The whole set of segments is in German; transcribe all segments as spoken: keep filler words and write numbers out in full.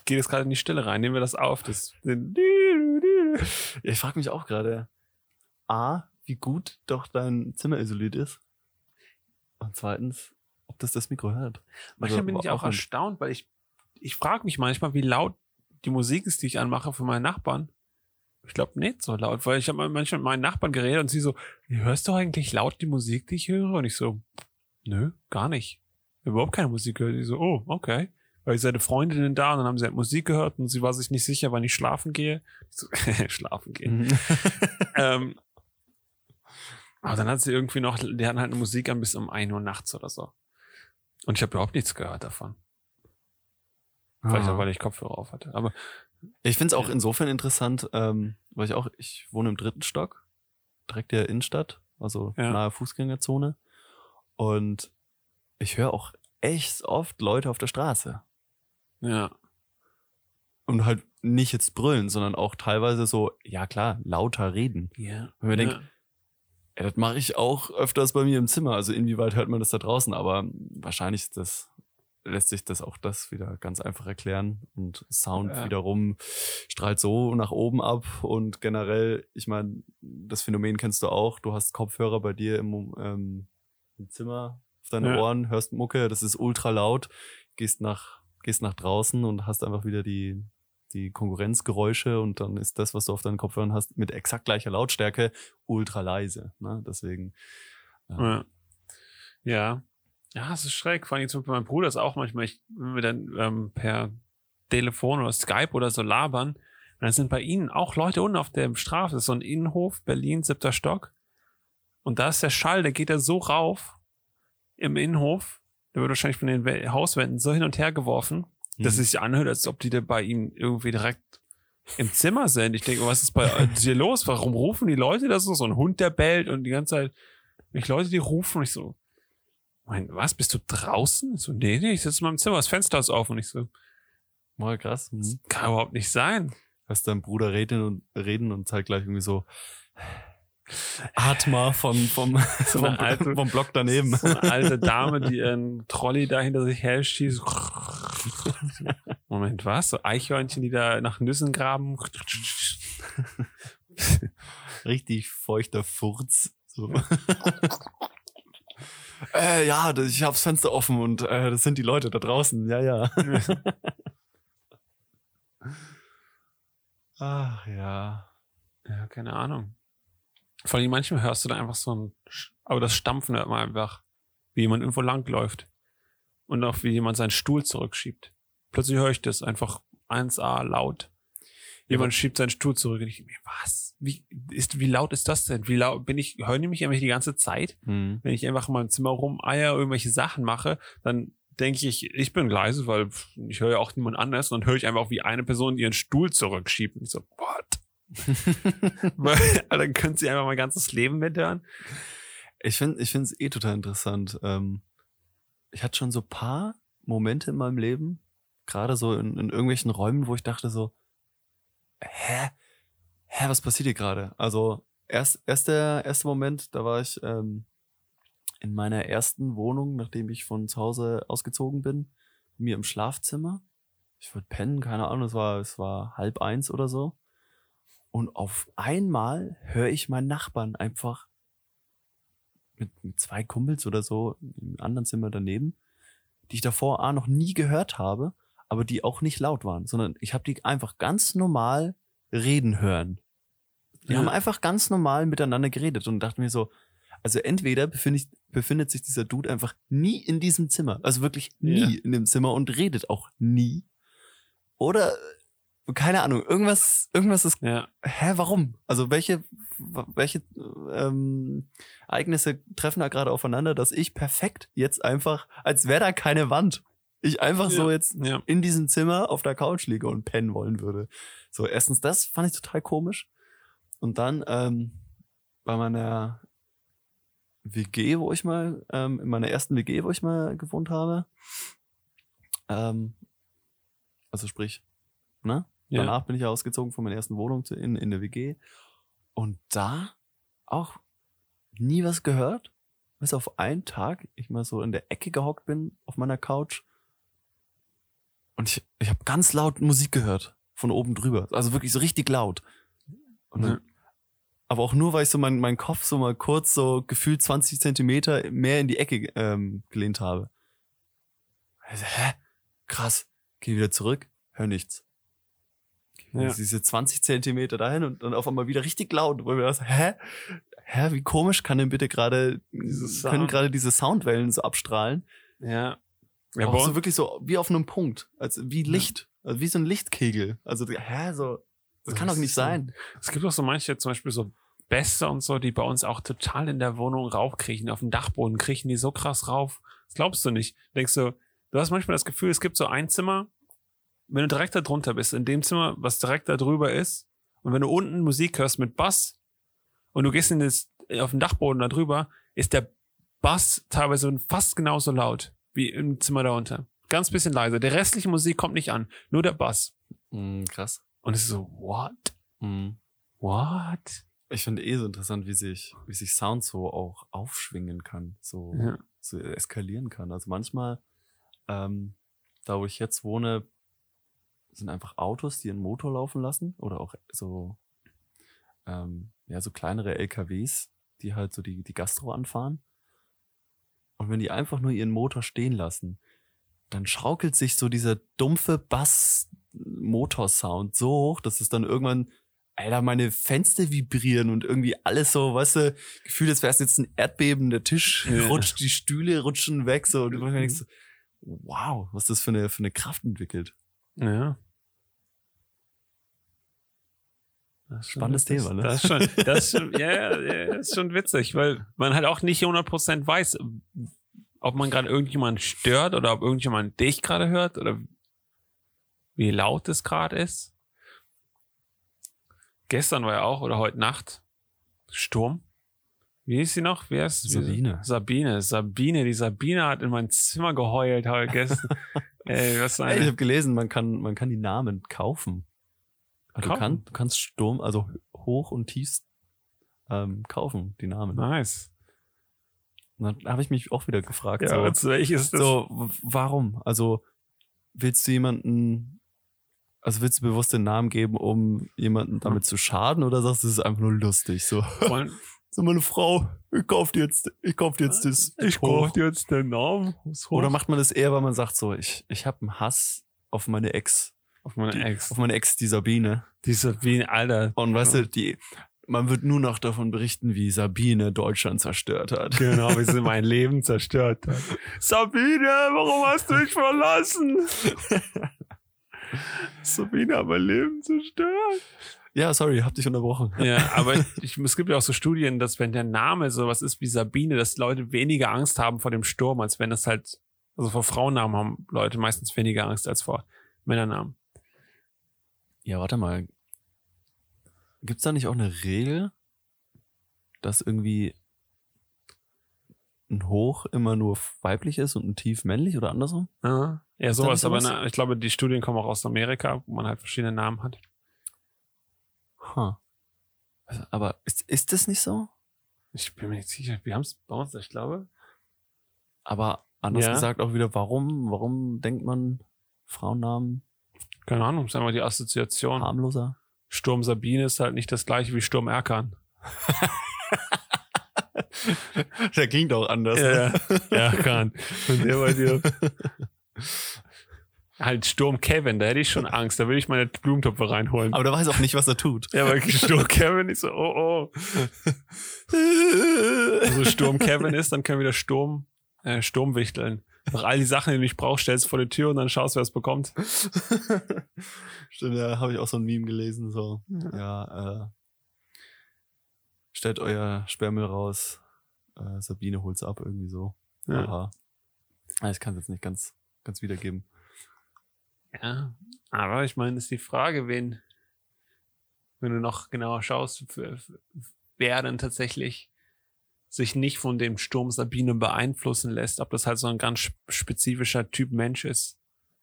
geht jetzt gerade in die Stille rein. Nehmen wir das auf. Das, ja, ich frage mich auch gerade, A, wie gut doch dein Zimmer isoliert ist. Und zweitens, ob das das Mikro hört. Manchmal bin ich auch erstaunt, weil ich, ich frage mich manchmal, wie laut die Musik ist, die ich anmache für meine Nachbarn. Ich glaube nicht so laut, weil ich habe manchmal mit meinen Nachbarn geredet und sie so, hörst du eigentlich laut die Musik, die ich höre? Und ich so, nö, gar nicht. Überhaupt keine Musik gehört. Die so, oh, okay. Weil ich seine Freundinnen da und dann haben sie halt Musik gehört und sie war sich nicht sicher, wann ich schlafen gehe. Ich so, schlafen gehen. ähm, aber dann hat sie irgendwie noch, die hatten halt eine Musik an bis um ein Uhr nachts oder so. Und ich habe überhaupt nichts gehört davon. Vielleicht auch, weil ich Kopfhörer auf hatte. Aber ich finde es auch insofern interessant, ähm, weil ich auch, ich wohne im dritten Stock, direkt der Innenstadt, also ja. nahe Fußgängerzone. Und ich höre auch echt oft Leute auf der Straße. Ja. Und halt nicht jetzt brüllen, sondern auch teilweise so, ja klar, lauter reden. Ja. Wenn man ja. denkt, ja, das mache ich auch öfters bei mir im Zimmer. Also inwieweit hört man das da draußen? Aber wahrscheinlich ist das, lässt sich das auch das wieder ganz einfach erklären. Und Sound ja. wiederum strahlt so nach oben ab. Und generell, ich meine, das Phänomen kennst du auch. Du hast Kopfhörer bei dir im, ähm, im Zimmer auf deine ja. Ohren, hörst Mucke, das ist ultra laut, gehst nach, gehst nach draußen und hast einfach wieder die, die Konkurrenzgeräusche und dann ist das, was du auf deinen Kopfhörern hast, mit exakt gleicher Lautstärke ultra leise. Ne? Deswegen. Ähm. Ja. ja. Ja, es ist schräg. Vor allem zum Beispiel mein Bruder ist auch manchmal, ich, wenn wir dann ähm, per Telefon oder Skype oder so labern, und dann sind bei ihnen auch Leute unten auf der Straße. Das ist so ein Innenhof, Berlin, siebter Stock. Und da ist der Schall, der geht da so rauf im Innenhof. Der wird wahrscheinlich von den Hauswänden so hin und her geworfen, mhm. dass es sich anhört, als ob die da bei ihm irgendwie direkt im Zimmer sind. Ich denke, was ist bei dir los? Warum rufen die Leute das so? So ein Hund, der bellt und die ganze Zeit, ich Leute, die rufen und ich so, mein, was, bist du draußen? Ich so, nee, nee, ich sitze in meinem Zimmer, das Fenster ist auf und ich so, mal krass. Mhm. Das kann überhaupt nicht sein. Hörst dein Bruder reden und reden und zeigt gleich irgendwie so Atma von, vom, so vom, alte, vom Block daneben. So eine alte Dame, die ihren Trolley da hinter sich herschießt. Moment, was? So Eichhörnchen, die da nach Nüssen graben. Richtig feuchter Furz. So. äh, ja, ich hab's Fenster offen und äh, das sind die Leute da draußen. Ja, ja. Ach ja. Ja, keine Ahnung. Vor allem manchmal hörst du da einfach so ein, aber das Stampfen hört man einfach, wie jemand irgendwo langläuft. Und auch wie jemand seinen Stuhl zurückschiebt. Plötzlich höre ich das einfach eins a laut. Jemand ja, schiebt seinen Stuhl zurück und ich denke mir, was? Wie ist, wie laut ist das denn? Wie laut bin ich, hören die mich einfach die ganze Zeit? Mhm. Wenn ich einfach in meinem Zimmer rumeier, irgendwelche Sachen mache, dann denke ich, ich bin leise, weil ich höre ja auch niemand anders und dann höre ich einfach, wie eine Person ihren Stuhl zurückschiebt. Und ich so, what? Weil, dann können sie einfach mein ganzes Leben mithören. Ich finde ich finde es eh total interessant. Ähm, ich hatte schon so ein paar Momente in meinem Leben, gerade so in, in irgendwelchen Räumen, wo ich dachte so, hä? Hä, was passiert hier gerade? Also erst, erst der erste Moment, da war ich ähm, in meiner ersten Wohnung, nachdem ich von zu Hause ausgezogen bin, mir im Schlafzimmer. Ich wollte pennen, keine Ahnung, es war, es war halb eins oder so. Und auf einmal höre ich meinen Nachbarn einfach mit, mit zwei Kumpels oder so im anderen Zimmer daneben, die ich davor A, noch nie gehört habe, aber die auch nicht laut waren, sondern ich habe die einfach ganz normal reden hören. Die ja. haben einfach ganz normal miteinander geredet und dachte mir so, also entweder befindet, befindet sich dieser Dude einfach nie in diesem Zimmer, also wirklich nie ja. in dem Zimmer und redet auch nie, oder keine Ahnung, irgendwas, irgendwas ist, ja. hä, warum? Also welche, welche ähm, Ereignisse treffen da gerade aufeinander, dass ich perfekt jetzt einfach, als wäre da keine Wand, ich einfach ja. so jetzt ja. in diesem Zimmer auf der Couch liege und pennen wollen würde. So, erstens das fand ich total komisch. Und dann ähm, bei meiner W G, wo ich mal, ähm, in meiner ersten W G, wo ich mal gewohnt habe, ähm, also sprich, ne? Ja. Danach bin ich ja ausgezogen von meiner ersten Wohnung zu, in, in der W G. Und da auch nie was gehört. Bis auf einen Tag ich mal so in der Ecke gehockt bin auf meiner Couch. Und Und ich, ich habe ganz laut Musik gehört. Von oben drüber. Also wirklich so richtig laut. Und dann, Ja. aber auch nur, weil ich so meinen mein Kopf so mal kurz so gefühlt zwanzig Zentimeter mehr in die Ecke ähm, gelehnt habe. Also, hä? Krass. Geh wieder zurück, hör nichts. Ja. Also diese zwanzig Zentimeter dahin und dann auf einmal wieder richtig laut. Wo wir das, hä? Hä, wie komisch kann denn bitte gerade, Dieses können Sound. gerade diese Soundwellen so abstrahlen? Ja. Ja, Auch bei so uns- wirklich so wie auf einem Punkt. Also wie Licht. Also wie so ein Lichtkegel. Also, hä, so, das kann doch nicht ist so- sein. Es gibt auch so manche, zum Beispiel so Bässe und so, die bei uns auch total in der Wohnung raufkriechen. Auf dem Dachboden kriechen die so krass rauf. Das glaubst du nicht. Denkst du, du hast manchmal das Gefühl, es gibt so ein Zimmer, wenn du direkt da drunter bist, in dem Zimmer, was direkt da drüber ist, und wenn du unten Musik hörst mit Bass und du gehst in das, auf den Dachboden da drüber, ist der Bass teilweise fast genauso laut wie im Zimmer da unter. Ganz bisschen leiser. Der restliche Musik kommt nicht an. Nur der Bass. Mm, krass. Und es ist so, what? Mm. What? Ich finde eh so interessant, wie sich, wie sich Sound so auch aufschwingen kann, so, Ja. so eskalieren kann. Also manchmal, ähm, da wo ich jetzt wohne, sind einfach Autos, die einen Motor laufen lassen oder auch so, ähm, ja, so kleinere L K Ws, die halt so die, die Gastro anfahren. Und wenn die einfach nur ihren Motor stehen lassen, dann schaukelt sich so dieser dumpfe Bass-Motorsound so hoch, dass es dann irgendwann, Alter, meine Fenster vibrieren und irgendwie alles so, weißt du, Gefühl, als wäre es jetzt ein Erdbeben, der Tisch Ja. rutscht, die Stühle rutschen weg, so, und du denkst so, wow, was das für eine, für eine Kraft entwickelt. Ja. Das ist schon Spannendes witzig. Thema, ne? Das ist schon, das ist schon, ja, ja, ja, das ist schon witzig, weil man halt auch nicht hundert Prozent weiß, ob man gerade irgendjemanden stört oder ob irgendjemand dich gerade hört oder wie laut es gerade ist. Gestern war ja auch, oder heute Nacht, Sturm. Wie ist sie noch? Wer ist Sabine. Sabine. Sabine. Die Sabine hat in mein Zimmer geheult heute gestern. Ey, was Ey, ich eine. habe gelesen, man kann, man kann die Namen kaufen. Also Du, Kaufen? kann, du kannst Sturm, also hoch und tief ähm, kaufen, die Namen. Nice. Und dann habe ich mich auch wieder gefragt, Ja, so, jetzt, welches ist das? so, w- warum? Also willst du jemanden, also willst du bewusst den Namen geben, um jemanden damit zu schaden, oder sagst du, es ist einfach nur lustig? So, Wollen- so meine Frau, ich kauf dir jetzt, ich kauf dir jetzt das. Ich hoch. kauf dir jetzt den Namen. Ist hoch. Oder macht man das eher, weil man sagt so, ich, ich habe einen Hass auf meine Ex, auf meine die, Ex. auf meine Ex, die Sabine. Die Sabine, Alter. Und weißt du, die, man wird nur noch davon berichten, wie Sabine Deutschland zerstört hat. Genau, wie sie mein Leben zerstört hat. Sabine, warum hast du mich verlassen? Sabine hat mein Leben zerstört. Ja, sorry, hab dich unterbrochen. Ja, aber ich, es gibt ja auch so Studien, dass wenn der Name sowas ist wie Sabine, dass Leute weniger Angst haben vor dem Sturm, als wenn das halt, also vor Frauennamen haben Leute meistens weniger Angst als vor Männernamen. Ja, warte mal. Gibt's da nicht auch eine Regel, dass irgendwie ein Hoch immer nur weiblich ist und ein Tief männlich oder andersrum? Ja, ja Ist da sowas, nicht aber sowas? na, ich glaube, die Studien kommen auch aus Amerika, wo man halt verschiedene Namen hat. Huh. Aber ist, ist das nicht so? Ich bin mir nicht sicher, wir haben es bei uns, ich glaube. Aber anders Ja. gesagt auch wieder, warum, warum denkt man Frauennamen Keine Ahnung, sagen wir die Assoziation. harmloser? Sturm Sabine ist halt nicht das gleiche wie Sturm Erkan. Der klingt auch anders. Ja, Erkan. Und der bei dir. Halt Sturm Kevin, da hätte ich schon Angst. Da will ich meine Blumentopfe reinholen. Aber der weiß auch nicht, was er tut. Ja, aber Sturm Kevin ist so, oh, oh. Also Sturm Kevin ist, dann können wir wieder Sturm, äh, Sturm wichteln. Nach all die Sachen, die du nicht brauchst, stellst du vor die Tür und dann schaust, wer es bekommt. Stimmt, ja, habe ich auch so ein Meme gelesen, so, ja, äh, stellt euer Sperrmüll raus, äh, Sabine holt's ab, irgendwie so. Ja. Aha. Ah, ich kann es jetzt nicht ganz, ganz wiedergeben. Ja, aber ich meine, ist die Frage, wen, wenn du noch genauer schaust, für, für, wer denn tatsächlich sich nicht von dem Sturm Sabine beeinflussen lässt, ob das halt so ein ganz sp- spezifischer Typ Mensch ist.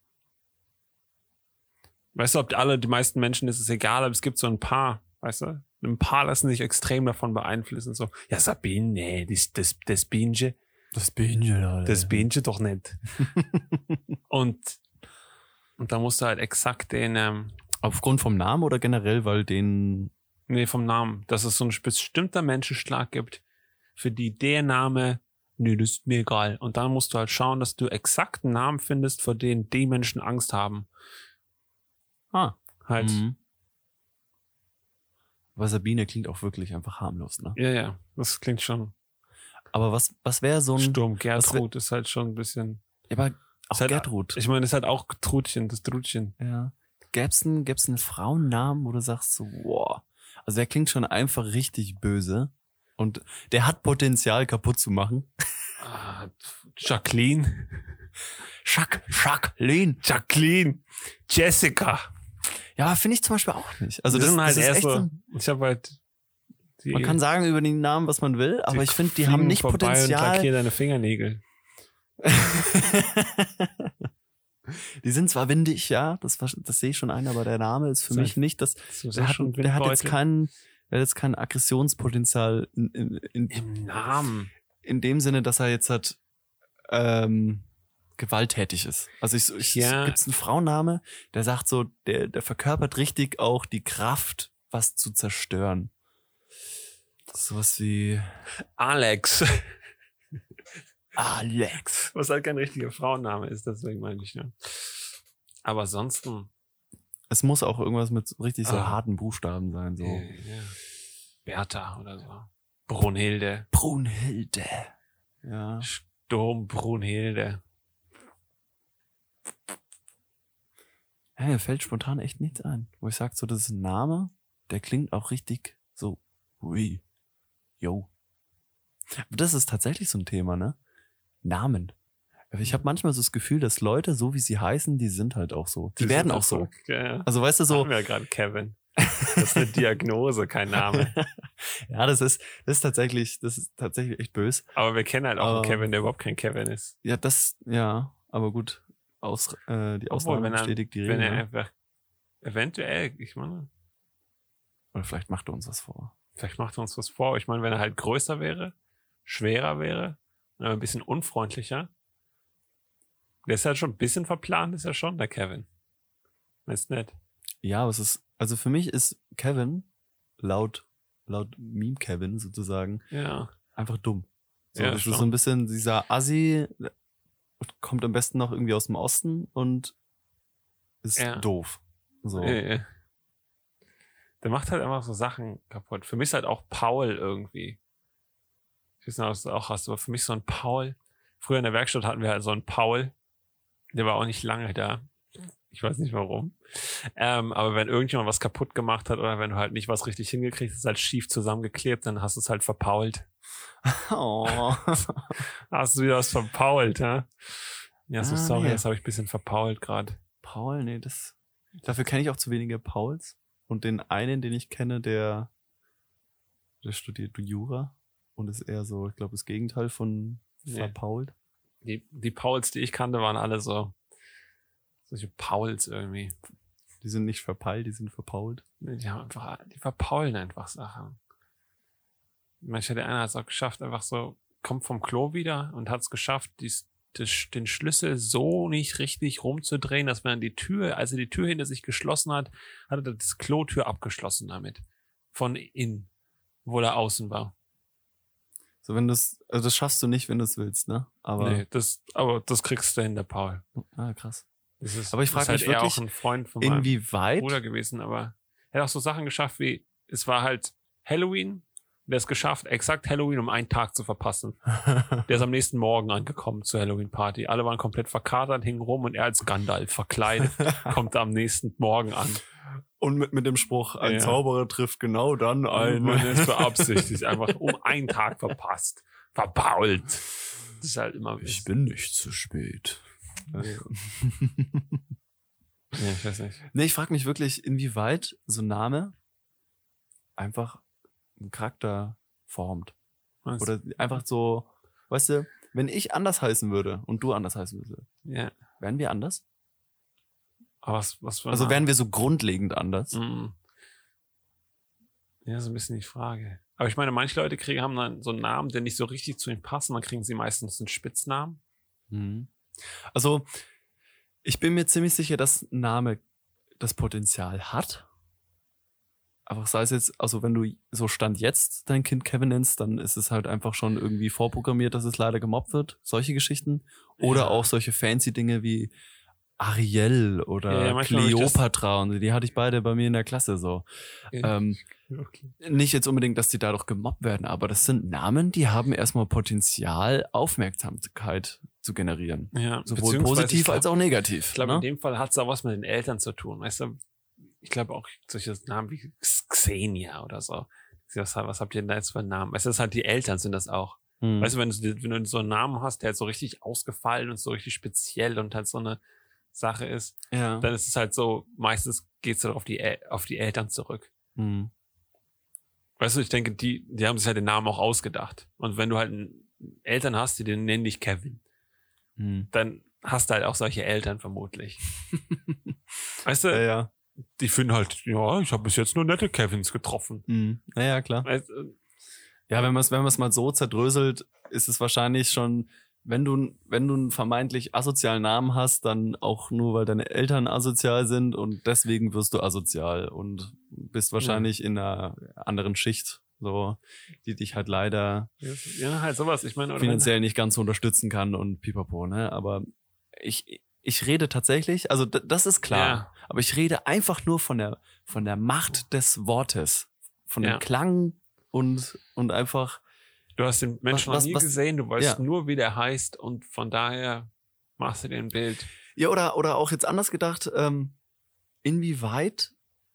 Weißt du, ob alle, die meisten Menschen ist es egal, aber es gibt so ein paar, weißt du, ein paar lassen sich extrem davon beeinflussen, so, ja, Sabine, nee, das, das, das Bienchen, Das Bienchen, Alter. das Bienchen doch nicht. Und Und da musst du halt exakt den, ähm, Aufgrund vom Namen oder generell, weil den... nee, vom Namen, dass es so ein bestimmter Menschenschlag gibt, für die der Name, nee, das ist mir egal. Und dann musst du halt schauen, dass du exakt einen Namen findest, vor denen die Menschen Angst haben. Ah. Halt, Mhm. Aber Sabine klingt auch wirklich einfach harmlos, ne? ja, ja, das klingt schon. Aber was, was wäre so ein... Sturm Gertrud ist halt schon ein bisschen. Ja, aber auch Ist halt, Gertrud. Ich meine, das ist halt auch Trudchen, das Trudchen. Ja. Gäb's einen, gäb's einen Frauennamen, wo du sagst so, wow. Also der klingt schon einfach richtig böse. Und der hat Potenzial, kaputt zu machen. Ah, Jacqueline. Schack, Jacqueline. Jacqueline. Jessica. Ja, finde ich zum Beispiel auch nicht. Also das, das, sind halt das ist erst echt so. so, Ich habe halt. Die, man kann sagen über den Namen, was man will, aber ich finde, die fliegen haben nicht vorbei Potenzial. Und lackieren deine Fingernägel. Die sind zwar windig, ja, das, das sehe ich schon ein, aber der Name ist für Das mich nicht, das, Das ist der, hat, schon der hat jetzt Windbeutel. kein, der hat jetzt kein Aggressionspotenzial in, in, in, Im Namen. in dem Sinne, dass er jetzt hat, ähm, gewalttätig ist. Also ich, ich Ja. gibt's einen Frauenname, der sagt so, der, der verkörpert richtig auch die Kraft, was zu zerstören. Sowas wie Alex. Alex. Was halt kein richtiger Frauenname ist, deswegen meine ich, ne? Aber ansonsten. Es muss auch irgendwas mit so richtig so Ah. harten Buchstaben sein, so. Äh, ja. Bertha oder so. Brunhilde. Brunhilde. Ja. Sturm Brunhilde. Ja, mir fällt spontan echt nichts ein. Wo ich sag so, das ist ein Name, der klingt auch richtig so, ui, yo. Aber das ist tatsächlich so ein Thema, ne? Namen. Aber ich habe manchmal so das Gefühl, dass Leute, so wie sie heißen, die sind halt auch so. Die, werden sind auch so. Ja, ja. Also weißt du So. so, Haben wir ja gerade Kevin. Das ist eine Diagnose, kein Name. ja, das ist, das ist tatsächlich, das ist tatsächlich echt böse. Aber wir kennen halt auch einen Ähm. Kevin, der überhaupt kein Kevin ist. Ja, das, ja, aber gut. Aus, äh, die Obwohl, Ausnahme wenn er, bestätigt die wenn Regel. er ne? einfach eventuell, ich meine, Oder vielleicht macht er uns was vor. vielleicht macht er uns was vor. Ich meine, wenn er halt größer wäre, schwerer wäre, aber ein bisschen unfreundlicher, der ist halt schon ein bisschen verplant, ist er schon, der Kevin. Ist nett. Ja, aber es ist, also für mich ist Kevin laut, laut Meme Kevin sozusagen Ja. einfach dumm. So, Ja, das schon. ist so ein bisschen dieser Assi, kommt am besten noch irgendwie aus dem Osten und ist Ja. doof. So. Äh, Der macht halt einfach so Sachen kaputt. Für mich ist halt auch Paul irgendwie. Ich weiß nicht, ob du das auch hast, aber für mich so ein Paul. Früher in der Werkstatt hatten wir halt so einen Paul. Der war auch nicht lange da. Ich weiß nicht warum. Ähm, aber wenn irgendjemand was kaputt gemacht hat oder wenn du halt nicht was richtig hingekriegt hast, ist halt schief zusammengeklebt, dann hast du es halt verpault. Oh. Hast du wieder was verpault, ja? Ja, so Ah, sorry, nee. das habe ich ein bisschen verpault gerade. Paul, nee, das. Dafür kenne ich auch zu wenige Pauls. Und den einen, den ich kenne, der, der studiert Jura und ist eher so, ich glaube, das Gegenteil von Nee. verpault. Die, die Pauls, die ich kannte, waren alle so solche Pauls irgendwie. Die sind nicht verpeilt, die sind verpault. Die haben einfach, die verpaulen einfach Sachen. Manchmal der eine hat es auch geschafft, einfach so, kommt vom Klo wieder und hat es geschafft, dies, das, den Schlüssel so nicht richtig rumzudrehen, dass man die Tür, als er die Tür hinter sich geschlossen hat, hat er das Klotür abgeschlossen damit. Von innen, wo er außen war. So, wenn das, also das schaffst du nicht, wenn du es willst, ne? Aber, Nee, das, aber das kriegst du hin, der Paul. ah, krass. Das ist, Aber ich das frag ist mich halt eher wirklich, auch ein Freund von meinem Inwieweit? Bruder gewesen, aber er hat auch so Sachen geschafft wie, es war halt Halloween, der es geschafft, exakt Halloween um einen Tag zu verpassen. Der ist am nächsten Morgen angekommen zur Halloween-Party. Alle waren komplett verkatert, hingen rum und er als Gandalf verkleidet kommt am nächsten Morgen an. Und mit, mit dem Spruch, ein Ja. Zauberer trifft genau dann Und ein. er ist beabsichtigt, einfach um einen Tag verpasst. Verpault. Das ist halt immer... Ich bin nicht zu spät. Ja, ich weiß nicht. Nee, ich frage mich wirklich, inwieweit so ein Name einfach einen Charakter formt. Was? Oder einfach so, weißt du, wenn ich anders heißen würde und du anders heißen würdest, Ja. wären wir anders? Aber was, was für ein Also Name? wären wir so grundlegend anders? Mhm. Ja, so ein bisschen die Frage. Aber ich meine, manche Leute kriegen, haben dann so einen Namen, der nicht so richtig zu ihnen passt, und dann kriegen sie meistens einen Spitznamen. Mhm. Also, Ich bin mir ziemlich sicher, dass ein Name das Potenzial hat. Aber sei es jetzt, also wenn du so Stand jetzt dein Kind Kevin nennst, dann ist es halt einfach schon irgendwie vorprogrammiert, dass es leider gemobbt wird. Solche Geschichten. Oder Ja. auch solche fancy Dinge wie Ariel oder Ja, ja, manchmal hab ich das- Cleopatra. Und die hatte ich beide bei mir in der Klasse so. Ja. Ähm, Okay. nicht jetzt unbedingt, dass die dadurch gemobbt werden, aber das sind Namen, die haben erstmal Potenzial, Aufmerksamkeit zu generieren. Ja, Sowohl beziehungsweise positiv ich glaub- als auch negativ. Ich glaube, ne? in dem Fall hat es auch was mit den Eltern zu tun. Weißt du, ich glaube auch solche Namen wie Xenia oder so. Was, was habt ihr denn da jetzt für einen Namen? Weißt du, das halt die Eltern sind das auch. Hm. Weißt du, wenn du, wenn du so einen Namen hast, der halt so richtig ausgefallen und so richtig speziell und halt so eine Sache ist, ja. dann ist es halt so, meistens geht es halt auf die, El- auf die Eltern zurück. Hm. Weißt du, ich denke, die, die haben sich halt den Namen auch ausgedacht. Und wenn du halt einen Eltern hast, die den nennen dich Kevin, Hm. dann hast du halt auch solche Eltern vermutlich. Weißt du, Ja, ja. die finden halt, ja, ich habe bis jetzt nur nette Kevins getroffen. Hm. Naja, klar. Weißt, du, Ja, wenn man es wenn man's mal so zerdröselt, ist es wahrscheinlich schon, wenn du, wenn du einen vermeintlich asozialen Namen hast, dann auch nur, weil deine Eltern asozial sind und deswegen wirst du asozial und bist wahrscheinlich in einer anderen Schicht, so, die dich halt leider ja, halt sowas. Ich meine, oder finanziell nicht ganz so unterstützen kann und pipapo, ne? Aber ich, ich rede tatsächlich, also d- das ist klar, Ja. aber ich rede einfach nur von der, von der Macht des Wortes, von Ja. dem Klang und, und einfach, wenn, du hast den Menschen Was- noch nie was- gesehen, du weißt ja. nur, wie der heißt und von daher machst du dir ein Bild. ja, oder, oder auch jetzt anders gedacht, ähm, inwieweit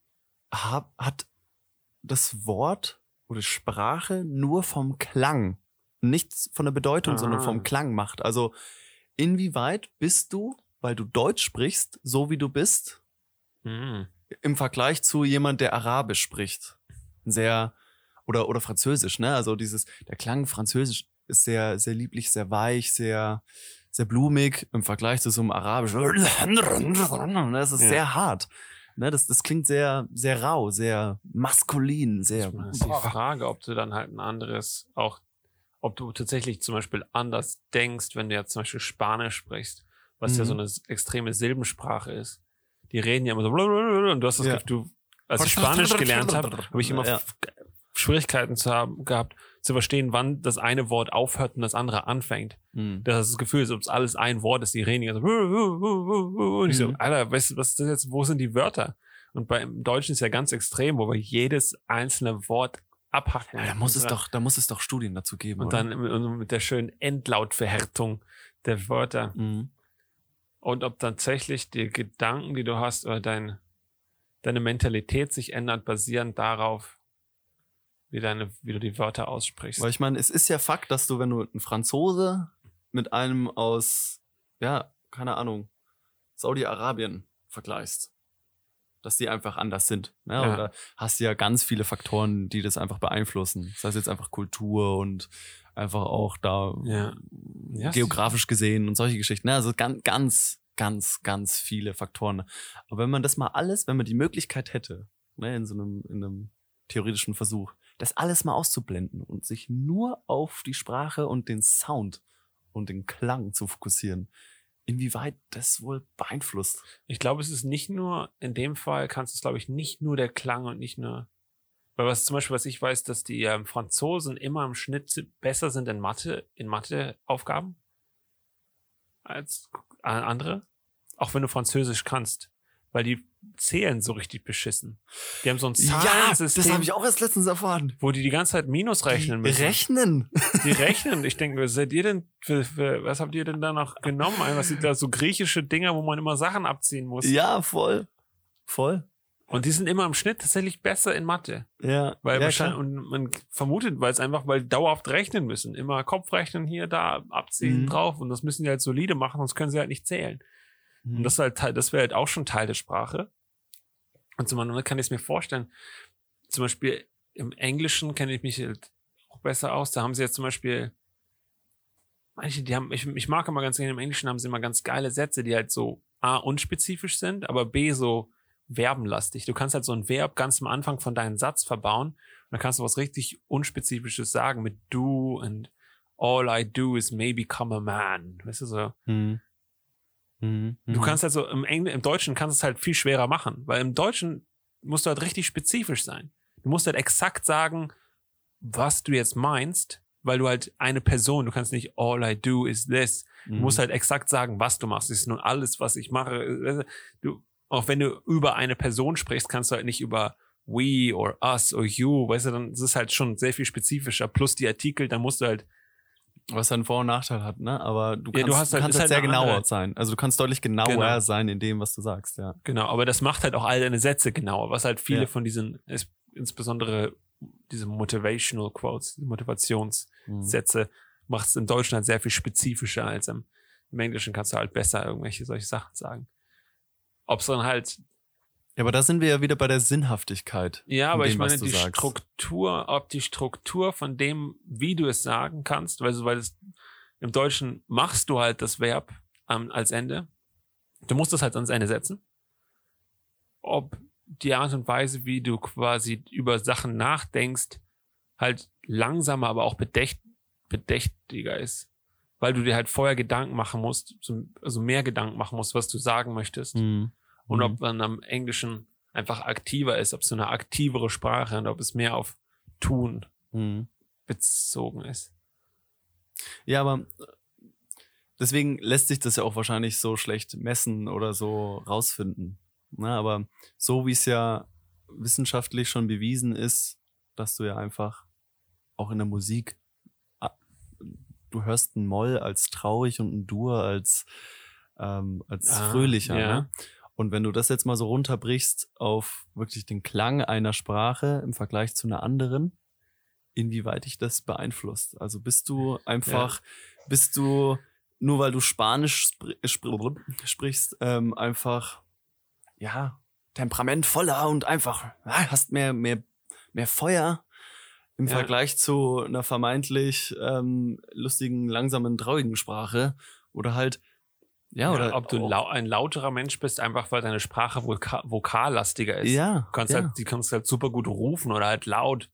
hab, hat das Wort oder Sprache nur vom Klang, nichts von der Bedeutung, Ah. sondern vom Klang macht. Also inwieweit bist du, weil du Deutsch sprichst, so wie du bist, Hm. im Vergleich zu jemand, der Arabisch spricht. Sehr, oder, oder Französisch, ne? Also dieses, der Klang Französisch ist sehr, sehr lieblich, sehr weich, sehr, sehr blumig im Vergleich zu so einem Arabisch. Das ist Ja. sehr hart. Ne? Das, das klingt sehr, sehr rau, sehr maskulin, sehr. Das ist die Frage, ob du dann halt ein anderes, auch, ob du tatsächlich zum Beispiel anders denkst, wenn du jetzt zum Beispiel Spanisch sprichst, was ja Mhm. so eine extreme Silbensprache ist. Die reden ja immer so blablabla und du hast das Ja. Gefühl, du, als ich Spanisch gelernt habe, habe ich immer Ja. f- Schwierigkeiten zu haben, gehabt, zu verstehen, wann das eine Wort aufhört und das andere anfängt. Mhm. Das ist das Gefühl, als ob es alles ein Wort ist, die reden ja so, und ich so, Mhm. Alter, weißt du, was ist das jetzt, wo sind die Wörter? Und beim Deutschen ist ja ganz extrem, wo wir jedes einzelne Wort abhacken. Ja, da muss es Und doch, da muss es doch Studien dazu geben. Und oder? dann mit, mit der schönen Endlautverhärtung der Wörter. Mhm. Und ob tatsächlich die Gedanken, die du hast, oder dein, deine Mentalität sich ändert, basierend darauf, wie, deine, wie du die Wörter aussprichst. Weil ich meine, es ist ja Fakt, dass du, wenn du einen Franzose mit einem aus, ja, keine Ahnung, Saudi-Arabien vergleichst, dass die einfach anders sind. Ne? Ja. Oder hast du ja ganz viele Faktoren, die das einfach beeinflussen. Das heißt jetzt einfach Kultur und einfach auch da Ja. Ja, geografisch gesehen und solche Geschichten. Ne? Also ganz, ganz, ganz, ganz viele Faktoren. Aber wenn man das mal alles, wenn man die Möglichkeit hätte, ne, in so einem, in einem theoretischen Versuch, das alles mal auszublenden und sich nur auf die Sprache und den Sound und den Klang zu fokussieren, inwieweit das wohl beeinflusst. Ich glaube, es ist nicht nur, in dem Fall kannst du es, glaube ich, nicht nur der Klang und nicht nur, weil was zum Beispiel, was ich weiß, dass die ähm, Franzosen immer im Schnitt besser sind in Mathe, in Matheaufgaben als äh, andere, auch wenn du Französisch kannst, weil die zählen so richtig beschissen. Die haben so ein Zahlensystem, das habe ich auch erst letztens erfahren. wo die die ganze Zeit Minus rechnen Die müssen. Rechnen. Die rechnen. Ich denke, was seid ihr denn für, für, was habt ihr denn da noch genommen? Was sind da so griechische Dinger, wo man immer Sachen abziehen muss? Ja, voll. Voll. Und die sind immer im Schnitt tatsächlich besser in Mathe. Ja. Weil ja, wahrscheinlich, klar. und man vermutet, weil es einfach, weil die dauerhaft rechnen müssen. Immer Kopfrechnen hier, da, abziehen, Mhm. drauf. Und das müssen die halt solide machen, sonst können sie halt nicht zählen. Und das ist halt Teil, das wäre halt auch schon Teil der Sprache. Und zum anderen kann ich es mir vorstellen, zum Beispiel im Englischen kenne ich mich halt auch besser aus. Da haben sie jetzt zum Beispiel, manche, die haben, ich, ich mag immer ganz gerne, im Englischen haben sie immer ganz geile Sätze, die halt so A, unspezifisch sind, aber B, so verbenlastig. Du kannst halt so ein Verb ganz am Anfang von deinem Satz verbauen und dann kannst du was richtig Unspezifisches sagen mit do und all I do is maybe become a man. Weißt du so? Mhm. Mhm. Du kannst halt so, im, Engl- im Deutschen kannst du es halt viel schwerer machen, weil im Deutschen musst du halt richtig spezifisch sein. Du musst halt exakt sagen, was du jetzt meinst, weil du halt eine Person, du kannst nicht all I do is this. Du Mhm. musst halt exakt sagen, was du machst. Das ist nun alles, was ich mache. Du, auch wenn du über eine Person sprichst, kannst du halt nicht über we or us or you, weißt du, dann ist es halt schon sehr viel spezifischer. Plus die Artikel, dann musst du halt Was einen Vor- und Nachteil hat, ne? Aber du Ja, kannst, du hast halt- du kannst ist halt halt sehr eine genauer andere- sein. Also du kannst deutlich genauer Genau. sein in dem, was du sagst, ja. Genau, aber das macht halt auch all deine Sätze genauer, was halt viele Ja. von diesen, ist, insbesondere diese Motivational Quotes, die Motivationssätze, Mhm. macht es im Deutschen halt sehr viel spezifischer als im, im Englischen kannst du halt besser irgendwelche solche Sachen sagen. Ob es dann halt, Ja, aber da sind wir ja wieder bei der Sinnhaftigkeit. ja, in aber dem, ich meine, was du die sagst. Struktur, ob die Struktur von dem, wie du es sagen kannst, weil, weil es, im Deutschen machst du halt das Verb ähm, als Ende. Du musst es halt ans Ende setzen. Ob die Art und Weise, wie du quasi über Sachen nachdenkst, halt langsamer, aber auch bedächt, bedächtiger ist. Weil du dir halt vorher Gedanken machen musst, so, also mehr Gedanken machen musst, was du sagen möchtest. Mhm. Und Mhm. ob man am Englischen einfach aktiver ist, ob es so eine aktivere Sprache und ob es mehr auf Tun Mhm. bezogen ist. Ja, aber deswegen lässt sich das ja auch wahrscheinlich so schlecht messen oder so rausfinden. Na, aber so wie es ja wissenschaftlich schon bewiesen ist, dass du ja einfach auch in der Musik, ah, du hörst ein Moll als traurig und ein Dur als, ähm, als Ah, fröhlicher. ja. Ne? Und wenn du das jetzt mal so runterbrichst auf wirklich den Klang einer Sprache im Vergleich zu einer anderen, inwieweit dich das beeinflusst. Also bist du einfach, bist du, nur weil du Spanisch spr spr sprichst, ähm, einfach, ja, temperamentvoller und einfach, ah, hast mehr, mehr, mehr Feuer im Ja. Vergleich zu einer vermeintlich ähm, lustigen, langsamen, traurigen Sprache. Oder halt, ja, Ja, oder ob du auch- lau ein lauterer Mensch bist, einfach weil deine Sprache voka vokallastiger ist. Ja, Du kannst ja. halt, die kannst halt super gut rufen oder halt laut.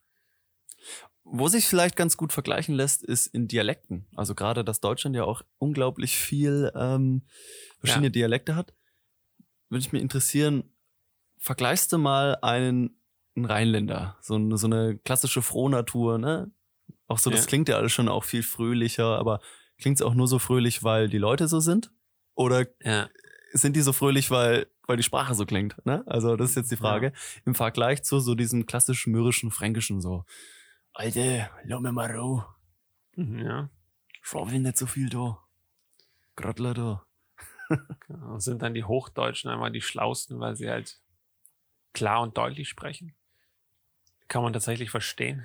Wo sich vielleicht ganz gut vergleichen lässt, ist in Dialekten. Also gerade, dass Deutschland ja auch unglaublich viel ähm, verschiedene Ja. Dialekte hat. Würde ich mich interessieren, vergleichst du mal einen, einen Rheinländer, so eine, so eine klassische Frohnatur, ne? Auch so, das Ja. klingt ja alles schon auch viel fröhlicher, aber klingt es auch nur so fröhlich, weil die Leute so sind? Oder Ja. sind die so fröhlich, weil, weil die Sprache so klingt? Ne? Also das ist jetzt die Frage. Im Vergleich zu so diesem klassisch mürrischen, fränkischen so. Alter, lass mir mal Ruhe. Mhm, ja. Schwabbel nicht so viel da. Grottler da. Und sind dann die Hochdeutschen einmal die Schlausten, weil sie halt klar und deutlich sprechen. Kann man tatsächlich verstehen.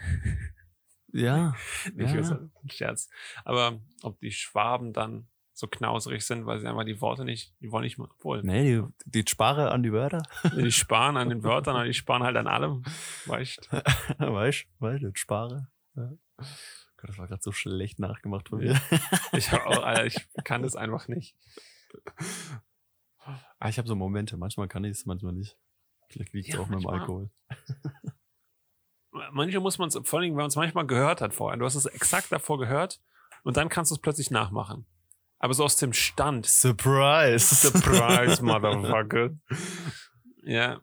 Ja. Nicht ja. ja. Ein Scherz. Aber ob die Schwaben dann so knauserig sind, weil sie einfach die Worte nicht, die wollen nicht mal wohl. Nee, die, die Spare an die Wörter. Die sparen an den Wörtern, aber die sparen halt an allem. Weißt weißt du, weißt du, Spare. Ja. Gott, das war gerade so schlecht nachgemacht von mir. Ich, hab auch, Alter, ich kann das einfach nicht. Ah, ich habe so Momente. Manchmal kann ich es, manchmal nicht. Vielleicht liegt es Ja, auch mit dem manchmal. Alkohol. Manche muss man es, vor allem, wenn man es manchmal gehört hat vorher. Du hast es exakt davor gehört und dann kannst du es plötzlich nachmachen. Aber so aus dem Stand. Surprise! Surprise, Motherfucker. Ja.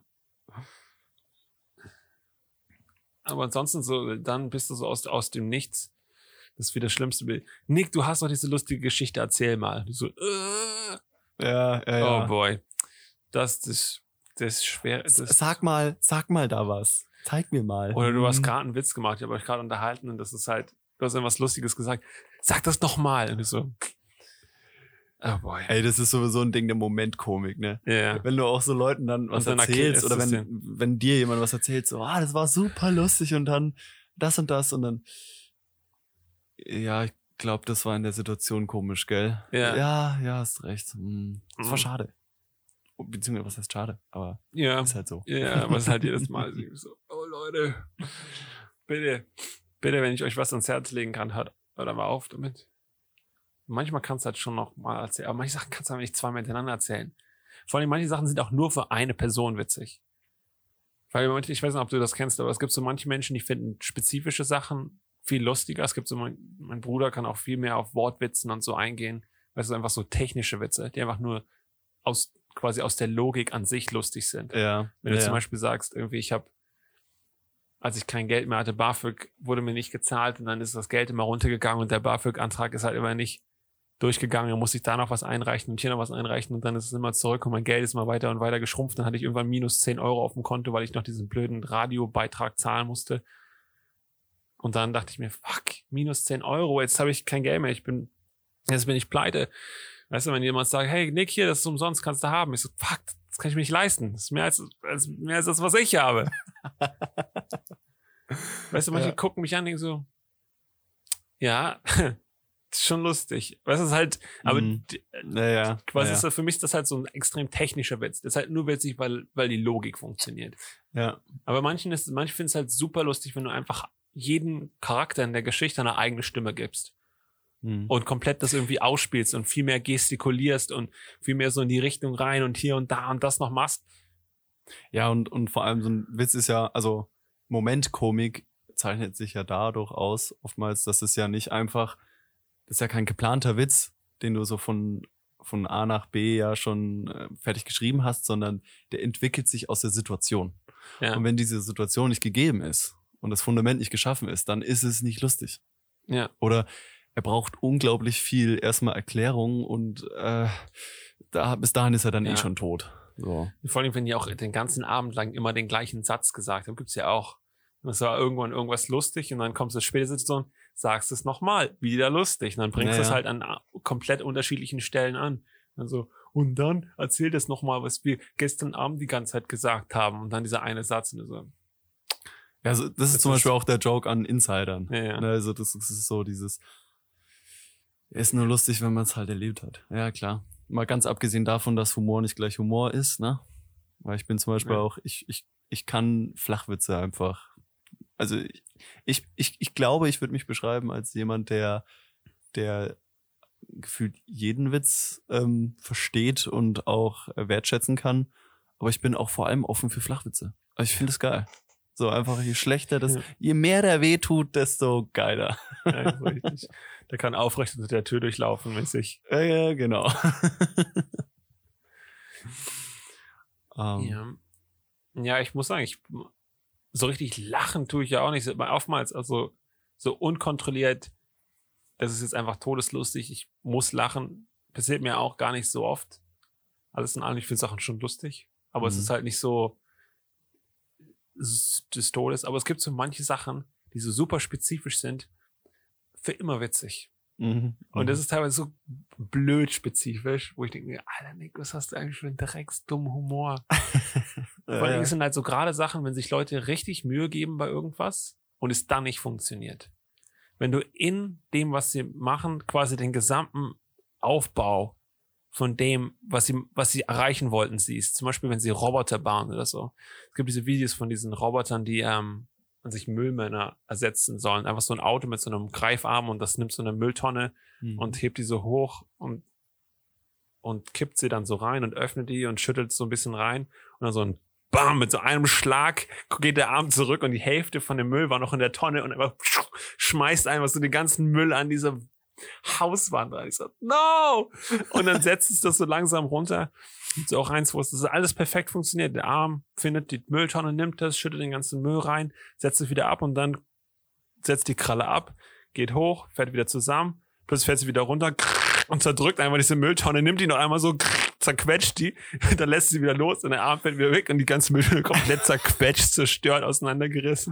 Aber ansonsten so, dann bist du so aus, aus dem Nichts. Das ist wieder das schlimmste Bild. Nick, du hast doch diese lustige Geschichte, erzähl mal. Du so, äh, Ja, ja, ja. oh boy. Das, das, das ist schwer. Das, Sag mal, sag mal da was. Zeig mir mal. oder du hast Hm. gerade einen Witz gemacht, ich habe euch gerade unterhalten und das ist halt, du hast irgendwas Lustiges gesagt. Sag das noch mal. Und ich so, oh boy. Ey, das ist sowieso ein Ding der Momentkomik, ne? Ja. Wenn du auch so Leuten dann was dann erzählst erklärst oder du's wenn, wenn dir jemand was erzählt, so, ah, das war super lustig und dann das und das und dann, ja, ich glaube, das war in der Situation komisch, gell? Ja. Ja, ja, hast recht. Hm. Das war Mhm. schade. Beziehungsweise, was heißt schade? Aber Ja. ist halt so. Ja, aber es ist halt jedes Mal so, oh Leute, bitte, bitte, wenn ich euch was ans Herz legen kann, hört, hört mal auf damit. Manchmal kannst du halt schon noch mal erzählen, aber manche Sachen kannst du aber nicht zweimal hintereinander erzählen. Vor allem manche Sachen sind auch nur für eine Person witzig. Weil manche, ich weiß nicht, ob du das kennst, aber es gibt so manche Menschen, die finden spezifische Sachen viel lustiger. Es gibt so, mein, mein Bruder kann auch viel mehr auf Wortwitzen und so eingehen. Weißt du, einfach so technische Witze, die einfach nur aus quasi aus der Logik an sich lustig sind. Ja. Wenn du ja, zum ja. Beispiel sagst, irgendwie ich habe, als ich kein Geld mehr hatte, BAföG wurde mir nicht gezahlt und dann ist das Geld immer runtergegangen und der BAföG-Antrag ist halt immer nicht durchgegangen, dann musste ich da noch was einreichen und hier noch was einreichen und dann ist es immer zurück und mein Geld ist immer weiter und weiter geschrumpft. Dann hatte ich irgendwann minus zehn Euro auf dem Konto, weil ich noch diesen blöden Radiobeitrag zahlen musste. Und dann dachte ich mir, fuck, minus zehn Euro, jetzt habe ich kein Geld mehr, ich bin, jetzt bin ich pleite. Weißt du, wenn jemand sagt, hey Nick, hier, das ist umsonst, kannst du haben. Ich so, fuck, das kann ich mir nicht leisten. Das ist mehr als, als mehr als das, was ich habe. Weißt du, manche Ja. gucken mich an und denken so, ja, das ist schon lustig. Weißt du, es ist halt, aber Mhm. die- Naja. quasi ja. ist das, für mich ist das halt so ein extrem technischer Witz. Das ist halt nur witzig, weil, weil die Logik funktioniert. ja. Aber manchen ist, manche finden es halt super lustig, wenn du einfach jeden Charakter in der Geschichte eine eigene Stimme gibst. Mhm. Und komplett das irgendwie ausspielst und viel mehr gestikulierst und viel mehr so in die Richtung rein und hier und da und das noch machst. Ja, und, und vor allem so ein Witz ist ja, also Momentkomik zeichnet sich ja dadurch aus, oftmals, dass es ja nicht einfach, das ist ja kein geplanter Witz, den du so von, von A nach B ja schon äh, fertig geschrieben hast, sondern der entwickelt sich aus der Situation. Ja, Und wenn diese Situation nicht gegeben ist und das Fundament nicht geschaffen ist, dann ist es nicht lustig. ja, Oder er braucht unglaublich viel erstmal Erklärung und äh, da, bis dahin ist er dann Ja. eh schon tot. So. vor allem, wenn die auch den ganzen Abend lang immer den gleichen Satz gesagt haben, gibt's ja auch. Das war irgendwann irgendwas lustig und dann kommst du später Situation, sagst es nochmal, wieder lustig. Und dann bringst du Ja, es ja. halt an a- komplett unterschiedlichen Stellen an. Also, und dann erzählt es nochmal, was wir gestern Abend die ganze Zeit gesagt haben. Und dann dieser eine Satz. Und so, Ja, also das, Das ist zum ist- Beispiel auch der Joke an Insidern. ja, ja. Ne, Also das, das ist so dieses, ist nur lustig, wenn man es halt erlebt hat. Ja, klar. Mal ganz abgesehen davon, dass Humor nicht gleich Humor ist, ne? Weil ich bin zum Beispiel Ja. auch, ich, ich, ich kann Flachwitze einfach, also ich, ich, ich, ich glaube, ich würde mich beschreiben als jemand, der, der gefühlt jeden Witz ähm, versteht und auch äh, wertschätzen kann. Aber ich bin auch vor allem offen für Flachwitze. Also ich finde es geil. So einfach, je schlechter das, Ja. je mehr der weh tut, desto geiler. Ja, so richtig. Der kann aufrecht unter der Tür durchlaufen, mäßig. Ja, ja, genau. ähm, Ja. Ja, ich muss sagen, ich, so richtig lachen tue ich ja auch nicht. Aber oftmals, also so unkontrolliert, das ist jetzt einfach todeslustig. Ich muss lachen. Passiert mir auch gar nicht so oft. Alles in allem, ich finde Sachen schon lustig. Aber es Mhm. ist halt nicht so s- des Todes. Aber es gibt so manche Sachen, die so super spezifisch sind, für immer witzig. mhm, Und mhm. das ist teilweise so blöd spezifisch, wo ich denke, mir, Alter Nick, was hast du eigentlich für einen drecksdummen Humor? Vor ja, allem ja. es sind halt so gerade Sachen, wenn sich Leute richtig Mühe geben bei irgendwas und es dann nicht funktioniert. Wenn du in dem, was sie machen, quasi den gesamten Aufbau von dem, was sie, was sie erreichen wollten, siehst. Zum Beispiel, wenn sie Roboter bauen oder so. Es gibt diese Videos von diesen Robotern, die ähm, an sich Müllmänner ersetzen sollen. Einfach so ein Auto mit so einem Greifarm und das nimmt so eine Mülltonne Mhm. und hebt die so hoch und, und kippt sie dann so rein und öffnet die und schüttelt so ein bisschen rein und dann so ein Bam, mit so einem Schlag geht der Arm zurück und die Hälfte von dem Müll war noch in der Tonne und einfach schmeißt einfach so den ganzen Müll an dieser Hauswand rein. Ich so, no! Und dann setzt es das so langsam runter. Und so auch eins, wo es das alles perfekt funktioniert. Der Arm findet die Mülltonne, nimmt das, schüttet den ganzen Müll rein, setzt es wieder ab und dann setzt die Kralle ab, geht hoch, fährt wieder zusammen, plötzlich fährt sie wieder runter und zerdrückt einfach diese Mülltonne, nimmt die noch einmal so, zerquetscht die, dann lässt sie wieder los und der Arm fällt wieder weg und die ganze Mülltonne komplett zerquetscht, zerstört, auseinandergerissen.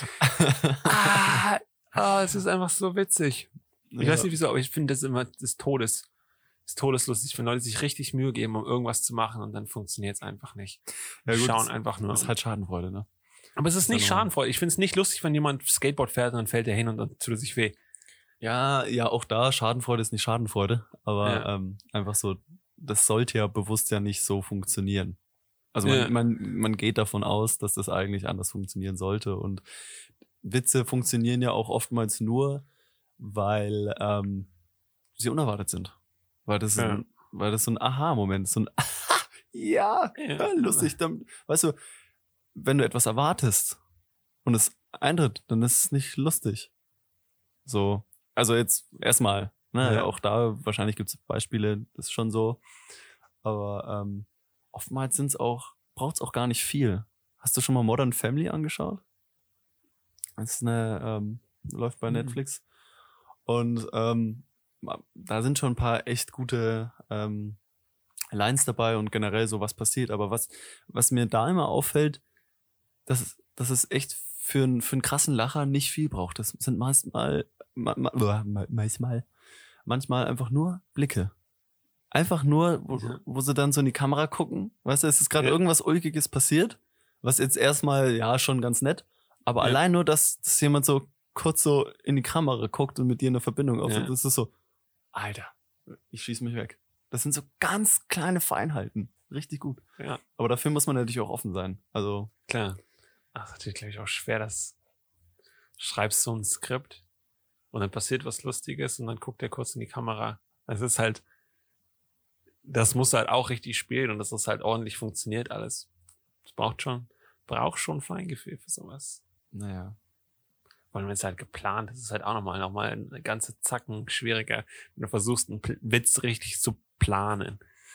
ah, ah, es ist einfach so witzig. Ich weiß nicht wieso, aber ich finde das immer des Todes. Des Todes lustig, wenn Leute sich richtig Mühe geben, um irgendwas zu machen und dann funktioniert es einfach nicht. Ja, Die gut, schauen das- einfach nur. Das ist halt Schadenfreude, ne? Aber es ist nicht Genau. schadenfreudig. Ich finde es nicht lustig, wenn jemand Skateboard fährt und dann fällt er hin und dann tut er sich weh. Ja, ja, auch da, Schadenfreude ist nicht Schadenfreude, aber Ja. ähm, einfach so, das sollte ja bewusst ja nicht so funktionieren. Also man, Ja. man, man geht davon aus, dass das eigentlich anders funktionieren sollte und Witze funktionieren ja auch oftmals nur, weil ähm, sie unerwartet sind. Weil das, Ja. ein, weil das so ein Aha-Moment ist, so ein ja, Ja. lustig. Dann, weißt du, wenn du etwas erwartest und es eintritt, dann ist es nicht lustig. So, also jetzt erstmal, ne, Ja. auch da wahrscheinlich gibt es Beispiele, das ist schon so. Aber ähm, oftmals sind's auch, braucht's auch gar nicht viel. Hast du schon mal Modern Family angeschaut? Das ist eine, ähm, läuft bei Mhm. Netflix. Und ähm, da sind schon ein paar echt gute ähm, Lines dabei und generell so was passiert. Aber was, was mir da immer auffällt, dass, dass es echt für, einen für einen krassen Lacher nicht viel braucht. Das sind manchmal, ma, ma, manchmal, manchmal einfach nur Blicke. Einfach nur, wo, Ja. wo sie dann so in die Kamera gucken. Weißt du, es ist gerade Ja. irgendwas Ulkiges passiert, was jetzt erstmal, ja, schon ganz nett. Aber Ja. allein nur, dass, dass jemand so kurz so in die Kamera guckt und mit dir eine Verbindung aufnimmt, Ja. das ist so, Alter, ich schieß mich weg. Das sind so ganz kleine Feinheiten. Richtig gut. Ja, Aber dafür muss man natürlich auch offen sein. Also, klar. Ach, das ist natürlich, glaube ich, auch schwer, dass schreibst so ein Skript und dann passiert was Lustiges und dann guckt er kurz in die Kamera. Es ist halt, das muss halt auch richtig spielen und dass das halt ordentlich funktioniert alles. Das braucht schon, braucht schon Feingefühl für sowas. naja. Weil wenn es halt geplant ist, ist es halt auch nochmal, nochmal eine ganze Zacken schwieriger, wenn du versuchst, einen Pl- Witz richtig zu planen.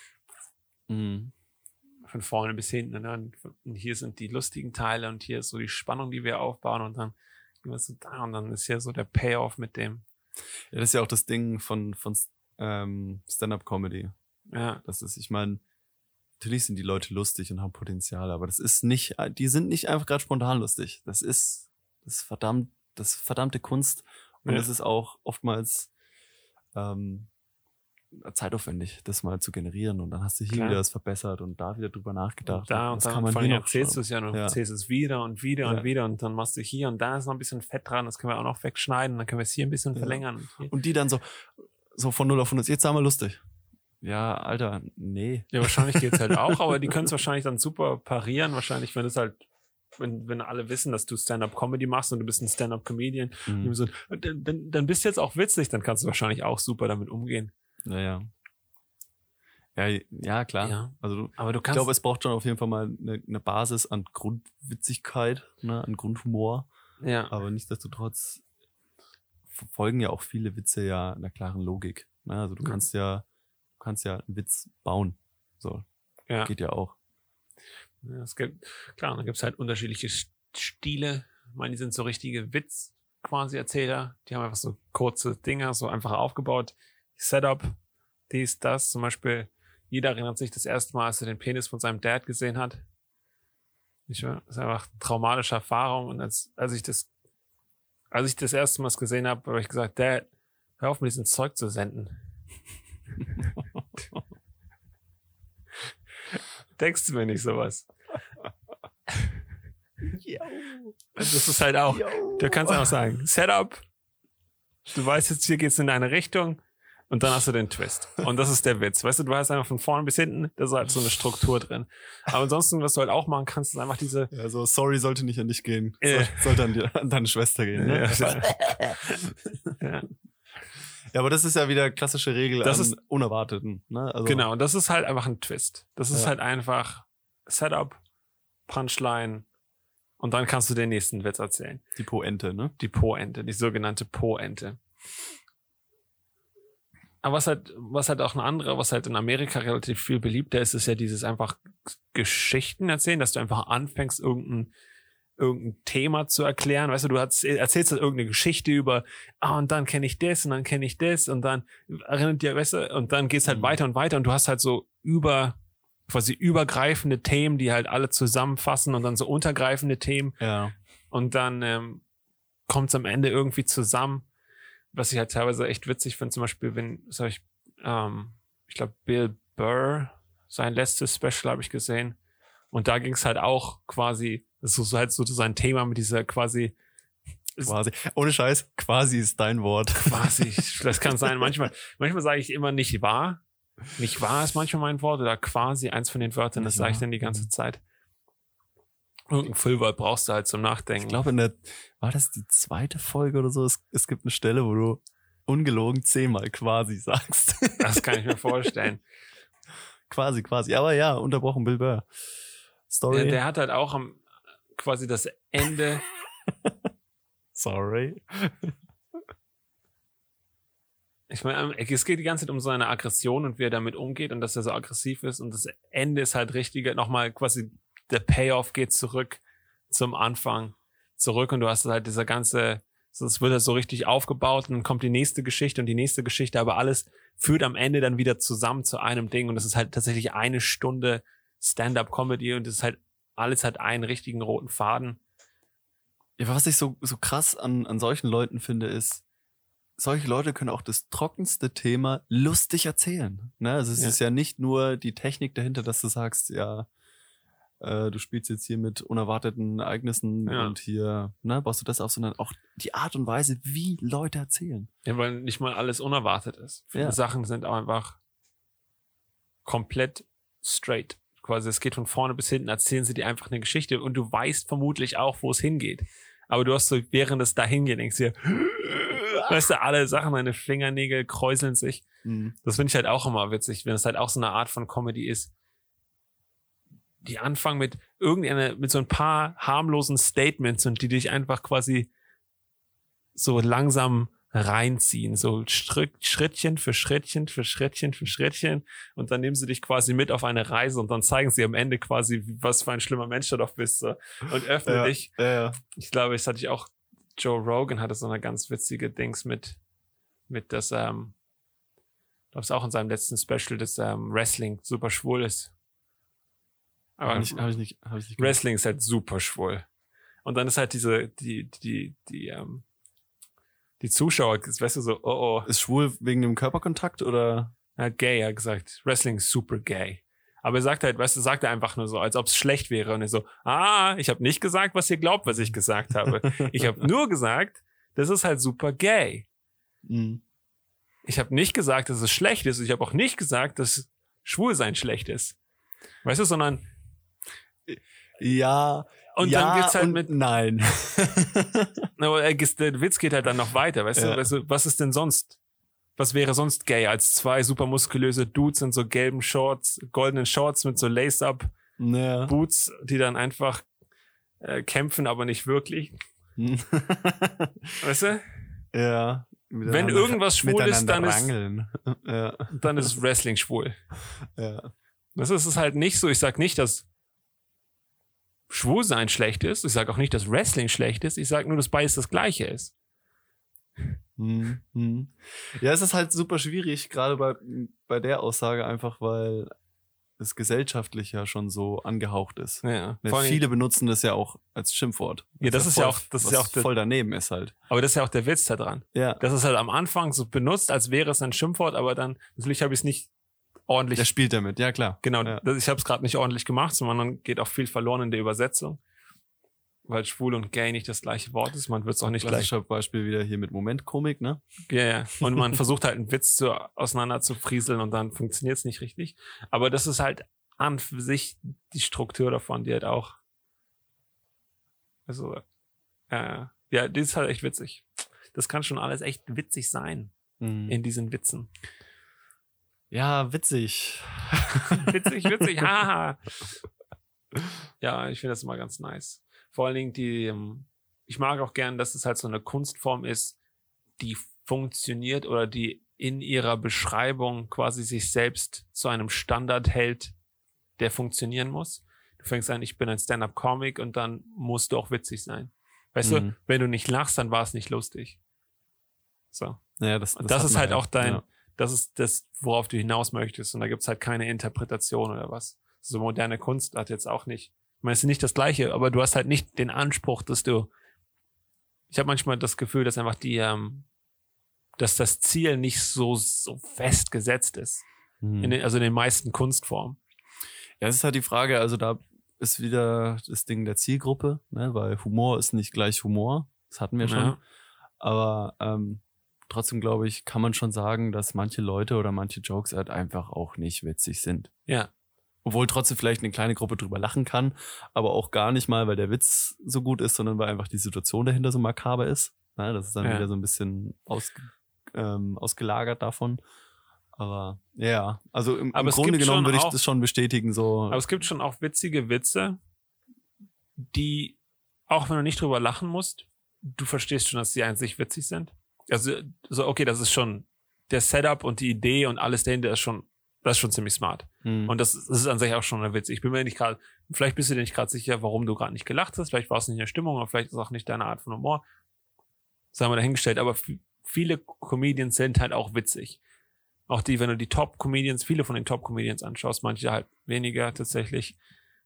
Mhm. Von vorne bis hinten. Ne? Und hier sind die lustigen Teile und hier ist so die Spannung, die wir aufbauen und dann gehen wir so da und dann ist hier so der Payoff mit dem. Ja, das ist ja auch das Ding von, von ähm, Stand-Up-Comedy. Ja, Das ist, ich meine, natürlich sind die Leute lustig und haben Potenzial, aber das ist nicht, die sind nicht einfach gerade spontan lustig. Das ist, das ist verdammt, das ist verdammte Kunst und Ja. es ist auch oftmals ähm, zeitaufwendig, das mal zu generieren und dann hast du hier Klar. wieder das verbessert und da wieder drüber nachgedacht. und da und das dann kann man vor hier allem noch erzählst du schauen. es ja und Ja. erzählst es wieder und wieder Ja. und wieder und dann machst du hier und da ist noch ein bisschen Fett dran, das können wir auch noch wegschneiden, dann können wir es hier ein bisschen Ja. verlängern. Und hier. Und die dann so, so von null auf hundert, jetzt sagen wir lustig. Ja, Alter, nee. Ja, wahrscheinlich geht's halt auch, aber die können es wahrscheinlich dann super parieren, wahrscheinlich, wenn es halt, wenn, wenn alle wissen, dass du Stand-Up-Comedy machst und du bist ein Stand-Up-Comedian, Mhm. und so, dann, dann, dann bist du jetzt auch witzig, dann kannst du wahrscheinlich auch super damit umgehen. Naja. Ja, ja, klar. Ja. Also du, Aber du ich kannst, glaube, es braucht schon auf jeden Fall mal eine, eine Basis an Grundwitzigkeit, ne, an Grundhumor. ja, Aber nichtsdestotrotz folgen ja auch viele Witze ja einer klaren Logik. Ne? Also du Ja. kannst ja, du kannst ja einen Witz bauen. So, ja. geht ja auch. Ja, es gibt, klar, da gibt's halt unterschiedliche St- Stile. Ich meine, die sind so richtige Witz quasi Erzähler. Die haben einfach so kurze Dinger, so einfach aufgebaut. Setup, dies, das. Zum Beispiel, jeder erinnert sich das erste Mal, als er den Penis von seinem Dad gesehen hat. Nicht wahr? Das ist einfach traumatische Erfahrung. Und als, als ich das, als ich das erste Mal das gesehen habe, habe ich gesagt, Dad, hör auf, mir diesen Zeug zu senden. Denkst du mir nicht sowas? Das ist halt auch, du kannst einfach sagen, Setup, du weißt jetzt, hier geht's in eine Richtung und dann hast du den Twist. Und das ist der Witz. Weißt du, du hast einfach von vorne bis hinten, da ist halt so eine Struktur drin. Aber ansonsten, was du halt auch machen kannst, ist einfach diese, Ja, so sorry sollte nicht an dich gehen. Äh. Soll, sollte an, die, an deine Schwester gehen. Ne? ja, ja, Ja, aber das ist ja wieder klassische Regel Das an ist- Unerwarteten. Ne? Also, genau, und das ist halt einfach ein Twist. Das ist Ja. halt einfach Setup, Punchline und dann kannst du den nächsten Witz erzählen. Die Poente, ne? Die Po-Ente, die sogenannte Po-Ente. Aber was halt, was halt auch ein anderer, was halt in Amerika relativ viel beliebter ist, ist ja dieses einfach Geschichten erzählen, dass du einfach anfängst, irgendein, irgendein Thema zu erklären. Weißt du, du hast, erzählst halt irgendeine Geschichte über, ah, und dann kenne ich das und dann kenne ich das und dann erinnert dir, weißt du, und dann geht's halt Mhm. weiter und weiter und du hast halt so über, quasi übergreifende Themen, die halt alle zusammenfassen und dann so untergreifende Themen. Ja. Und dann ähm, kommt es am Ende irgendwie zusammen, was ich halt teilweise echt witzig finde. Zum Beispiel, wenn, sag ich, ähm, ich glaube, Bill Burr, sein letztes Special habe ich gesehen. Und da ging es halt auch quasi, das ist so halt so sein Thema mit dieser quasi, Quasi. Ohne Scheiß, quasi ist dein Wort. quasi, das kann sein. Manchmal, manchmal sage ich immer nicht wahr. Nicht wahr ist manchmal mein Wort oder quasi eins von den Wörtern, das Nicht sage ich wahr? dann die ganze Mhm. Zeit. Irgendein Füllwort brauchst du halt zum Nachdenken. Ich glaube, in der, war das die zweite Folge oder so? Es, es gibt eine Stelle, wo du ungelogen zehnmal quasi sagst. Das kann ich mir vorstellen. quasi, quasi. Aber ja, unterbrochen Bill Burr. Story. Der, der hat halt auch am, quasi das Ende. Sorry. Ich meine, es geht die ganze Zeit um seine Aggression und wie er damit umgeht und dass er so aggressiv ist und das Ende ist halt richtig, nochmal quasi der Payoff geht zurück zum Anfang zurück und du hast halt dieser ganze, es wird halt so richtig aufgebaut und dann kommt die nächste Geschichte und die nächste Geschichte, aber alles führt am Ende dann wieder zusammen zu einem Ding und das ist halt tatsächlich eine Stunde Stand-up-Comedy und es ist halt, alles hat einen richtigen roten Faden. Ja, was ich so, so krass an, an solchen Leuten finde, ist, solche Leute können auch das trockenste Thema lustig erzählen. Ne? Also es Ja. ist ja nicht nur die Technik dahinter, dass du sagst, ja, äh, du spielst jetzt hier mit unerwarteten Ereignissen Ja. und hier, ne, baust du das auf, sondern auch die Art und Weise, wie Leute erzählen. Ja, weil nicht mal alles unerwartet ist. Viele Ja. Sachen sind auch einfach komplett straight. Quasi, es geht von vorne bis hinten, erzählen sie dir einfach eine Geschichte und du weißt vermutlich auch, wo es hingeht. Aber du hast so, während es dahin geht, denkst du dir, weißt du, alle Sachen, deine Fingernägel kräuseln sich. Mhm. Das finde ich halt auch immer witzig, wenn es halt auch so eine Art von Comedy ist. Die anfangen mit irgendeiner, mit so ein paar harmlosen Statements und die dich einfach quasi so langsam reinziehen, so Schritt, Schrittchen für Schrittchen für Schrittchen für Schrittchen und dann nehmen sie dich quasi mit auf eine Reise und dann zeigen sie am Ende quasi, was für ein schlimmer Mensch du doch bist so, und öffnen Ja, dich. ja, ja. Ich glaube, das hatte ich auch, Joe Rogan hatte so eine ganz witzige Dings mit, mit das, ähm, ich glaube es auch in seinem letzten Special, dass ähm, Wrestling super schwul ist. Aber Hab ich, hab ich nicht, hab ich nicht gehört. Wrestling ist halt super schwul. Und dann ist halt diese, die, die, die, ähm, die Zuschauer, weißt du, so, oh, oh, Ist schwul wegen dem Körperkontakt oder? er hat gay, er hat gesagt, Wrestling ist super gay. Aber er sagt halt, weißt du, sagt er einfach nur so, als ob es schlecht wäre. Und er so, ah, ich habe nicht gesagt, was ihr glaubt, was ich gesagt habe. Ich habe nur gesagt, das ist halt super gay. Mhm. Ich habe nicht gesagt, dass es schlecht ist. Ich habe auch nicht gesagt, dass Schwulsein schlecht ist. Weißt du, sondern Ja. und ja dann geht's halt und mit, nein. aber er- der Witz geht halt dann noch weiter, weißt du, Ja. weißt du, was ist denn sonst? Was wäre sonst gay als zwei super muskulöse Dudes in so gelben Shorts, goldenen Shorts mit so Lace-Up Ja. Boots, die dann einfach äh, kämpfen, aber nicht wirklich. Weißt du? Ja. Wenn irgendwas schwul ist, dann ist, rangeln. Ja. dann ist Wrestling schwul. Ja. Das ist es halt nicht so. Ich sag nicht, dass Schwulsein schlecht ist. Ich sag auch nicht, dass Wrestling schlecht ist. Ich sag nur, dass beides das Gleiche ist. Hm, hm. Ja, es ist halt super schwierig, gerade bei, bei der Aussage einfach, weil es gesellschaftlich ja schon so angehaucht ist. Ja, Ne, vor allem- viele benutzen das ja auch als Schimpfwort. Ja, das Was ist ja voll- auch- das ist was ja auch der- voll daneben ist halt. aber das ist ja auch der Witz da dran. Ja. Das ist halt am Anfang so benutzt, als wäre es ein Schimpfwort, aber dann, natürlich habe ich es nicht ordentlich, Der spielt damit, ja klar. genau, Ja. das, ich habe es gerade nicht ordentlich gemacht, sondern dann geht auch viel verloren in der Übersetzung, weil schwul und gay nicht das gleiche Wort ist, man wird es auch nicht gleich. Klassischer Beispiel wieder hier mit Momentkomik, ne? Ja, ja. Und man versucht halt einen Witz zu, auseinander zu frieseln und dann funktioniert es nicht richtig. Aber das ist halt an für sich die Struktur davon, die halt auch, also, äh, ja, die ist halt echt witzig. Das kann schon alles echt witzig sein Mhm. in diesen Witzen. Ja, witzig. Witzig, witzig, haha. Ja, ich finde das immer ganz nice. Vor allen Dingen die, ähm, ich mag auch gern, dass es halt so eine Kunstform ist, die funktioniert oder die in ihrer Beschreibung quasi sich selbst zu einem Standard hält, der funktionieren muss. Du fängst an, ich bin ein Stand-up-Comic und dann musst du auch witzig sein. Weißt Mhm. du, wenn du nicht lachst, dann war es nicht lustig. So. Ja, das, Und das, hat ist man halt ja. auch dein, Ja. das ist das, worauf du hinaus möchtest. Und da gibt's halt keine Interpretation oder was. So moderne Kunst hat jetzt auch nicht. Ich meine, es ist nicht das Gleiche, aber du hast halt nicht den Anspruch, dass du. Ich habe manchmal das Gefühl, dass einfach die, ähm, dass das Ziel nicht so, so fest gesetzt ist. Mhm. In den, also in den meisten Kunstformen. Ja, es ist halt die Frage, also da ist wieder das Ding der Zielgruppe, ne, weil Humor ist nicht gleich Humor. Das hatten wir schon. Ja. Aber ähm, trotzdem glaube ich, kann man schon sagen, dass manche Leute oder manche Jokes halt einfach auch nicht witzig sind. Ja. Obwohl trotzdem vielleicht eine kleine Gruppe drüber lachen kann, aber auch gar nicht mal, weil der Witz so gut ist, sondern weil einfach die Situation dahinter so makaber ist. Ne, das ist dann Ja. wieder so ein bisschen aus, ähm, ausgelagert davon. Aber ja, also im, Aber im es Grunde gibt genommen schon würde ich auch- das schon bestätigen. So, Aber es gibt schon auch witzige Witze, die, auch wenn du nicht drüber lachen musst, du verstehst schon, dass sie an sich witzig sind. Also, so, okay, das ist schon der Setup und die Idee und alles dahinter ist schon, das ist schon ziemlich smart. Mhm. Und das, das ist an sich auch schon ein Witz. Ich bin mir nicht gerade, vielleicht bist du dir nicht gerade sicher, warum du gerade nicht gelacht hast. Vielleicht war es nicht in der Stimmung, oder vielleicht ist es auch nicht deine Art von Humor. Das haben wir dahingestellt. Aber f- viele Comedians sind halt auch witzig. Auch die, wenn du die Top-Comedians, viele von den Top-Comedians anschaust, manche halt weniger tatsächlich.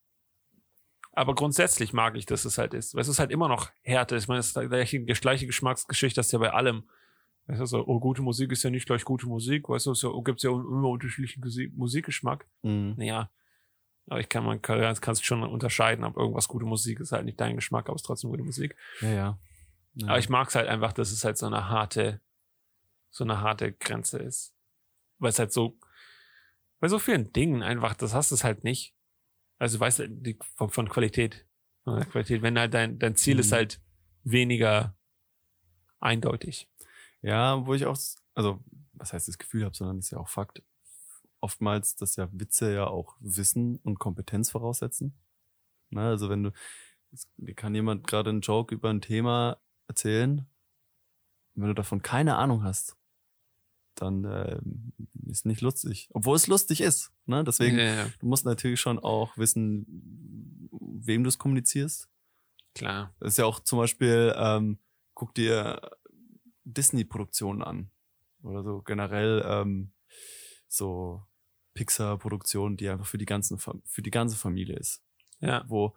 Aber grundsätzlich mag ich, dass es halt ist. Weil es ist halt immer noch Härte. Ich meine, es ist die gleiche, die gleiche Geschmacksgeschichte, das ist ja bei allem. Weißt du, so, oh, gute Musik ist ja nicht gleich gute Musik. Weißt du, so, oh, gibt's ja immer unterschiedlichen Musik- Musikgeschmack. Mhm. Naja, aber ich kann, man kann, kannst schon unterscheiden, ob irgendwas gute Musik ist, halt nicht dein Geschmack, aber es ist trotzdem gute Musik. Ja, ja. ja. Aber ich mag es halt einfach, dass es halt so eine harte, so eine harte Grenze ist. Weil es halt so, bei so vielen Dingen einfach, das hast du es halt nicht. Also weißt du, die, von, von Qualität, von der Qualität, wenn halt dein, dein Ziel Mhm. ist halt weniger eindeutig. Ja, wo ich auch, also, was heißt das Gefühl habe, sondern ist ja auch Fakt. Oftmals, dass ja Witze ja auch Wissen und Kompetenz voraussetzen. Na, also wenn du, dir kann jemand gerade einen Joke über ein Thema erzählen, wenn du davon keine Ahnung hast, dann äh, ist nicht lustig. Obwohl es lustig ist. Ne? Deswegen, Ja, ja, du musst natürlich schon auch wissen, wem du es kommunizierst. klar. Das ist ja auch zum Beispiel, ähm, guck dir Disney-Produktionen an. Oder so generell ähm, so Pixar-Produktionen, die einfach für die, ganzen, Fa- für die ganze Familie ist. Ja, Wo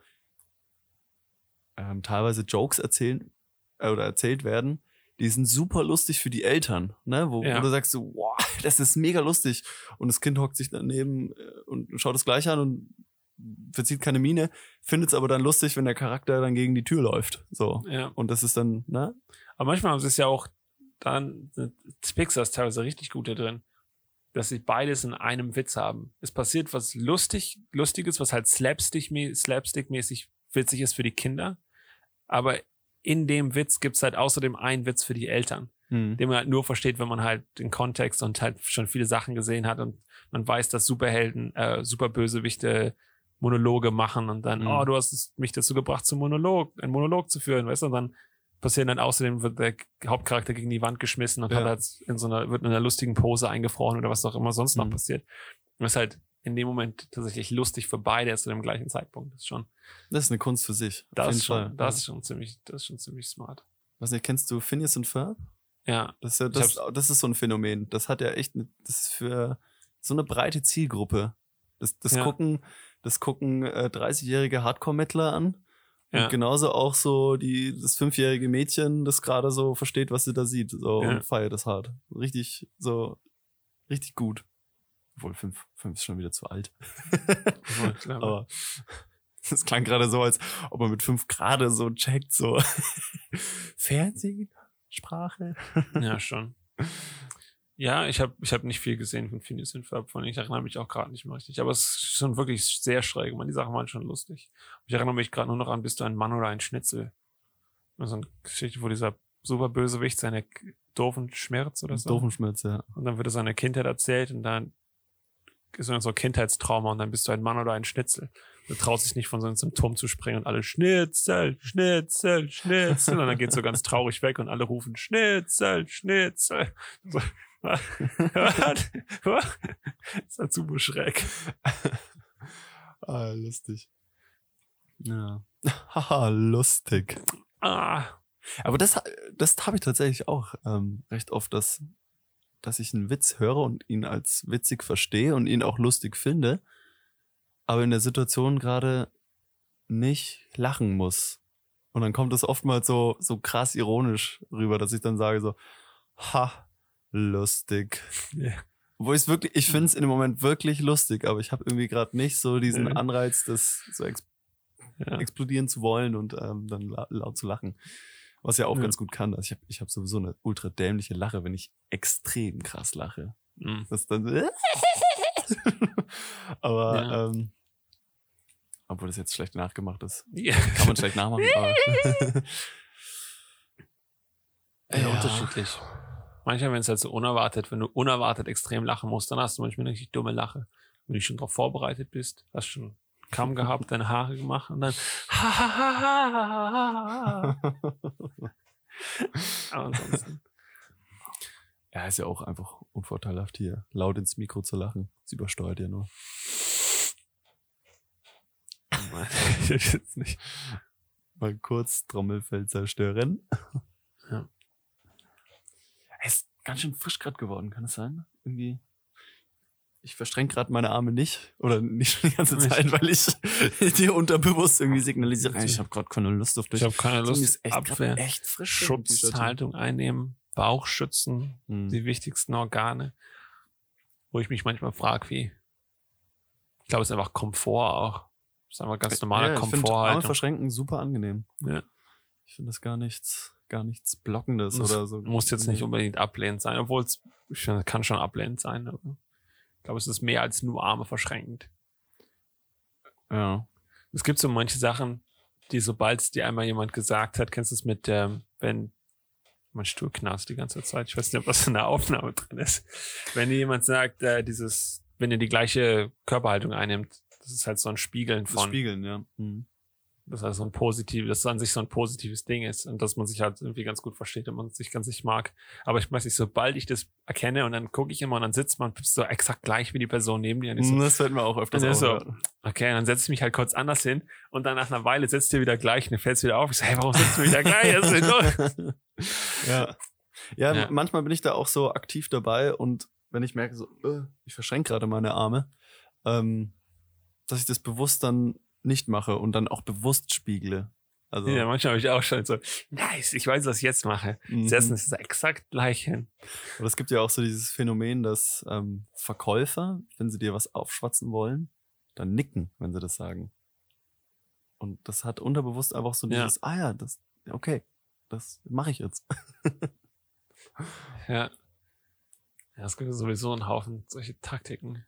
ähm, teilweise Jokes erzählen äh, oder erzählt werden, die sind super lustig für die Eltern, ne? Wo, Ja. wo du sagst so, wow, das ist mega lustig. Und das Kind hockt sich daneben äh, und schaut es gleich an und verzieht keine Miene, findet es aber dann lustig, wenn der Charakter dann gegen die Tür läuft. So. ja. Und das ist dann, ne? Aber manchmal haben sie es ja auch dann, Pixar ist teilweise richtig gut da drin, dass sie beides in einem Witz haben. Es passiert was lustig, Lustiges, was halt Slapstick-mä- Slapstick-mäßig witzig ist für die Kinder, aber in dem Witz gibt's halt außerdem einen Witz für die Eltern, Hm. den man halt nur versteht, wenn man halt den Kontext und halt schon viele Sachen gesehen hat und man weiß, dass Superhelden, äh, Superbösewichte Monologe machen und dann, Mhm. oh, du hast es- mich dazu gebracht, zum Monolog, einen Monolog zu führen, weißt du, und dann passieren dann außerdem, wird der Hauptcharakter gegen die Wand geschmissen und Ja. hat halt in so einer, wird in einer lustigen Pose eingefroren oder was auch immer sonst noch Mhm. passiert. Und das ist halt in dem Moment tatsächlich lustig für beide zu dem gleichen Zeitpunkt. Das ist schon, Das ist eine Kunst für sich. auf das jeden ist schon, Fall. das Ja. ist schon ziemlich, das ist schon ziemlich smart. Was nicht, kennst du Phineas und Ferb? Ja, Das ist ja, Ich das, das ist so ein Phänomen. Das hat ja echt, eine, das ist für so eine breite Zielgruppe. Das, das Ja. gucken, das gucken äh, dreißigjährige Hardcore-Mettler an. Und Ja. genauso auch so die, das fünfjährige Mädchen, das gerade so versteht, was sie da sieht. So, Ja. und feiert das hart. Richtig, so, richtig gut. Obwohl, fünf, fünf ist schon wieder zu alt. voll clever. Aber das klang gerade so, als ob man mit fünf gerade so checkt, so Fernsehen, Sprache. Ja, schon. Ja, ich habe ich hab nicht viel gesehen von Phineas und Ferb, von ich erinnere mich auch gerade nicht mehr richtig. Aber es ist schon wirklich sehr schräg. Man, die Sachen waren schon lustig. Ich erinnere mich gerade nur noch an, bist du ein Mann oder ein Schnitzel? So eine Geschichte, wo dieser Superbösewicht seine k- doofen Schmerz oder so. Doofenschmerz, ja. Und dann wird er seine Kindheit erzählt und dann ist dann so ein Kindheitstrauma und dann bist du ein Mann oder ein Schnitzel. Du traust dich nicht von so einem Turm zu springen und alle Schnitzel, Schnitzel, Schnitzel. Und dann geht's so ganz traurig weg und alle rufen Schnitzel, Schnitzel. So, was? Was? Das ist halt super schräg. Ah, lustig. Ja. Haha, lustig. Ah, Aber das, das habe ich tatsächlich auch ähm, recht oft, dass, dass ich einen Witz höre und ihn als witzig verstehe und ihn auch lustig finde, aber in der Situation gerade nicht lachen muss. Und dann kommt es oftmals so, so krass ironisch rüber, dass ich dann sage so, ha, lustig. ja. Wo ich es wirklich, ich finde es in dem Moment wirklich lustig, aber ich habe irgendwie gerade nicht so diesen Mhm. Anreiz, das so ex Ja. explodieren zu wollen und ähm, dann la laut zu lachen. Was ja auch Ja. ganz gut kann. Also ich habe ich hab sowieso eine ultra dämliche Lache, wenn ich extrem krass lache. Mm. Das ist dann so aber Ja. ähm, obwohl das jetzt schlecht nachgemacht ist. Ja. Kann man schlecht nachmachen, aber Ja, Ja. unterschiedlich. Manchmal, wenn es halt so unerwartet, wenn du unerwartet extrem lachen musst, dann hast du manchmal eine richtig dumme Lache. Wenn du schon darauf vorbereitet bist, hast schon Kamm gehabt, deine Haare gemacht und dann ha ha ha ha ha. Aber ansonsten. ja, ist ja auch einfach unvorteilhaft hier laut ins Mikro zu lachen. Das übersteuert ja nur. Nein, ich jetzt nicht. Mal kurz Trommelfell zerstören. Ja. Er ist ganz schön frisch gerade geworden, kann es sein? Irgendwie. Ich verstreng gerade meine Arme nicht. Oder nicht schon die ganze Zeit, weil ich dir unterbewusst irgendwie signalisiere, ich habe gerade keine Lust auf dich. Ich habe keine Lust. Ist echt, Abwehr, echt frisch. Schutzhaltung einnehmen, Bauch schützen, Hm. die wichtigsten Organe. Wo ich mich manchmal frage, wie. Ich glaube, es ist einfach Komfort auch. Es ist einfach ganz normaler ja, ich Komfort. finde Arme halt. verschränken super angenehm. Ja. Ich finde das gar nichts, gar nichts Blockendes Das oder so. muss jetzt nicht unbedingt ablehnend sein, obwohl es schon- kann schon ablehnend sein. Aber ich glaube, es ist mehr als nur Arme verschränkend. Ja. Es gibt so manche Sachen, die sobald es dir einmal jemand gesagt hat, kennst du es mit, ähm, wenn mein Stuhl knarzt die ganze Zeit, ich weiß nicht, ob das in der Aufnahme drin ist, wenn dir jemand sagt, äh, dieses, wenn ihr die gleiche Körperhaltung einnimmt, das ist halt so ein Spiegeln Das von, Spiegeln, ja. Mhm. dass das so ein positiv, dass es an sich so ein positives Ding ist und dass man sich halt irgendwie ganz gut versteht und man sich ganz nicht mag. Aber ich weiß nicht, sobald ich das erkenne und dann gucke ich immer und dann sitzt man so exakt gleich wie die Person neben dir. Und ich so, Das fällt mir auch öfters Und auf. so, ja. okay, dann setze ich mich halt kurz anders hin und dann nach einer Weile setzt ihr wieder gleich und dann fällt es wieder auf. Ich so, hey, warum sitzt du wieder gleich? Was ist denn los? ja. Ja, Ja. manchmal bin ich da auch so aktiv dabei und wenn ich merke, so, äh, ich verschränke gerade meine Arme, ähm, dass ich das bewusst dann nicht mache und dann auch bewusst spiegle. Also, Ja, manchmal habe ich auch schon so, nice, ich weiß, was ich jetzt mache. mhm. Setzen ist exakt gleich hin. Aber es gibt ja auch so dieses Phänomen, dass ähm, Verkäufer, wenn sie dir was aufschwatzen wollen, dann nicken, wenn sie das sagen. Und das hat unterbewusst einfach so Ja. dieses, ah ja, das, okay, das mache ich jetzt. Ja. Ja, es gibt sowieso einen Haufen solche Taktiken.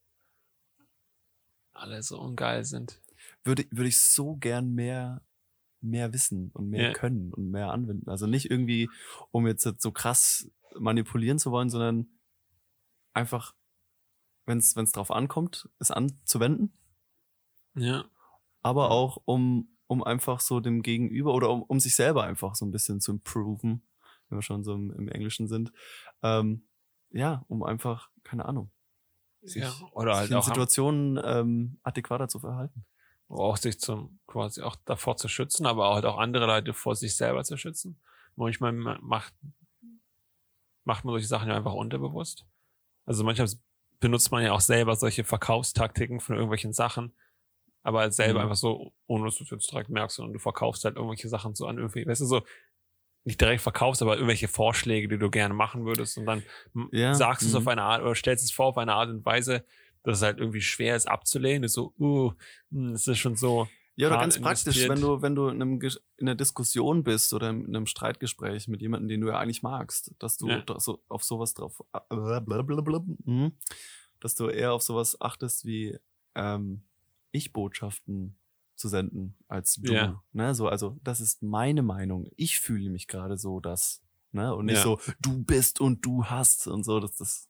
Alle so ungeil sind. Würde, würde ich so gern mehr, mehr wissen und mehr Ja. können und mehr anwenden. Also nicht irgendwie, um jetzt so krass manipulieren zu wollen, sondern einfach, wenn es drauf ankommt, es anzuwenden. Ja. Aber auch um, um einfach so dem Gegenüber oder um, um sich selber einfach so ein bisschen zu improven, wenn wir schon so im, im Englischen sind. Ähm, ja, um einfach, keine Ahnung, sich, ja. Oder sich halt in auch, am- Situationen ähm, adäquater zu verhalten. auch sich zum, quasi auch davor zu schützen, aber halt auch andere Leute vor sich selber zu schützen. Manchmal ma- macht, macht man solche Sachen ja einfach unterbewusst. Also manchmal benutzt man ja auch selber solche Verkaufstaktiken von irgendwelchen Sachen, aber halt selber Mhm. einfach so, ohne dass du es jetzt direkt merkst, und du verkaufst halt irgendwelche Sachen so an irgendwie, weißt du, so, nicht direkt verkaufst, aber irgendwelche Vorschläge, die du gerne machen würdest und dann m- Ja, sagst du es mhm. auf eine Art oder stellst es vor auf eine Art und Weise, dass es halt irgendwie schwer ist abzulehnen. Das ist so, uh, hm, das ist schon so, Ja, oder hart ganz praktisch, investiert. wenn du, wenn du in, einem, Ges- in einer Diskussion bist oder in einem Streitgespräch mit jemandem, den du ja eigentlich magst, dass du Ja. da so auf sowas drauf, äh, blablabla, mhm, dass du eher auf sowas achtest wie ähm, Ich-Botschaften zu senden als du. Ja. Ne? So, also, das ist meine Meinung. Ich fühle mich gerade so, dass, ne? Und nicht Ja. so, du bist und du hast und so, dass das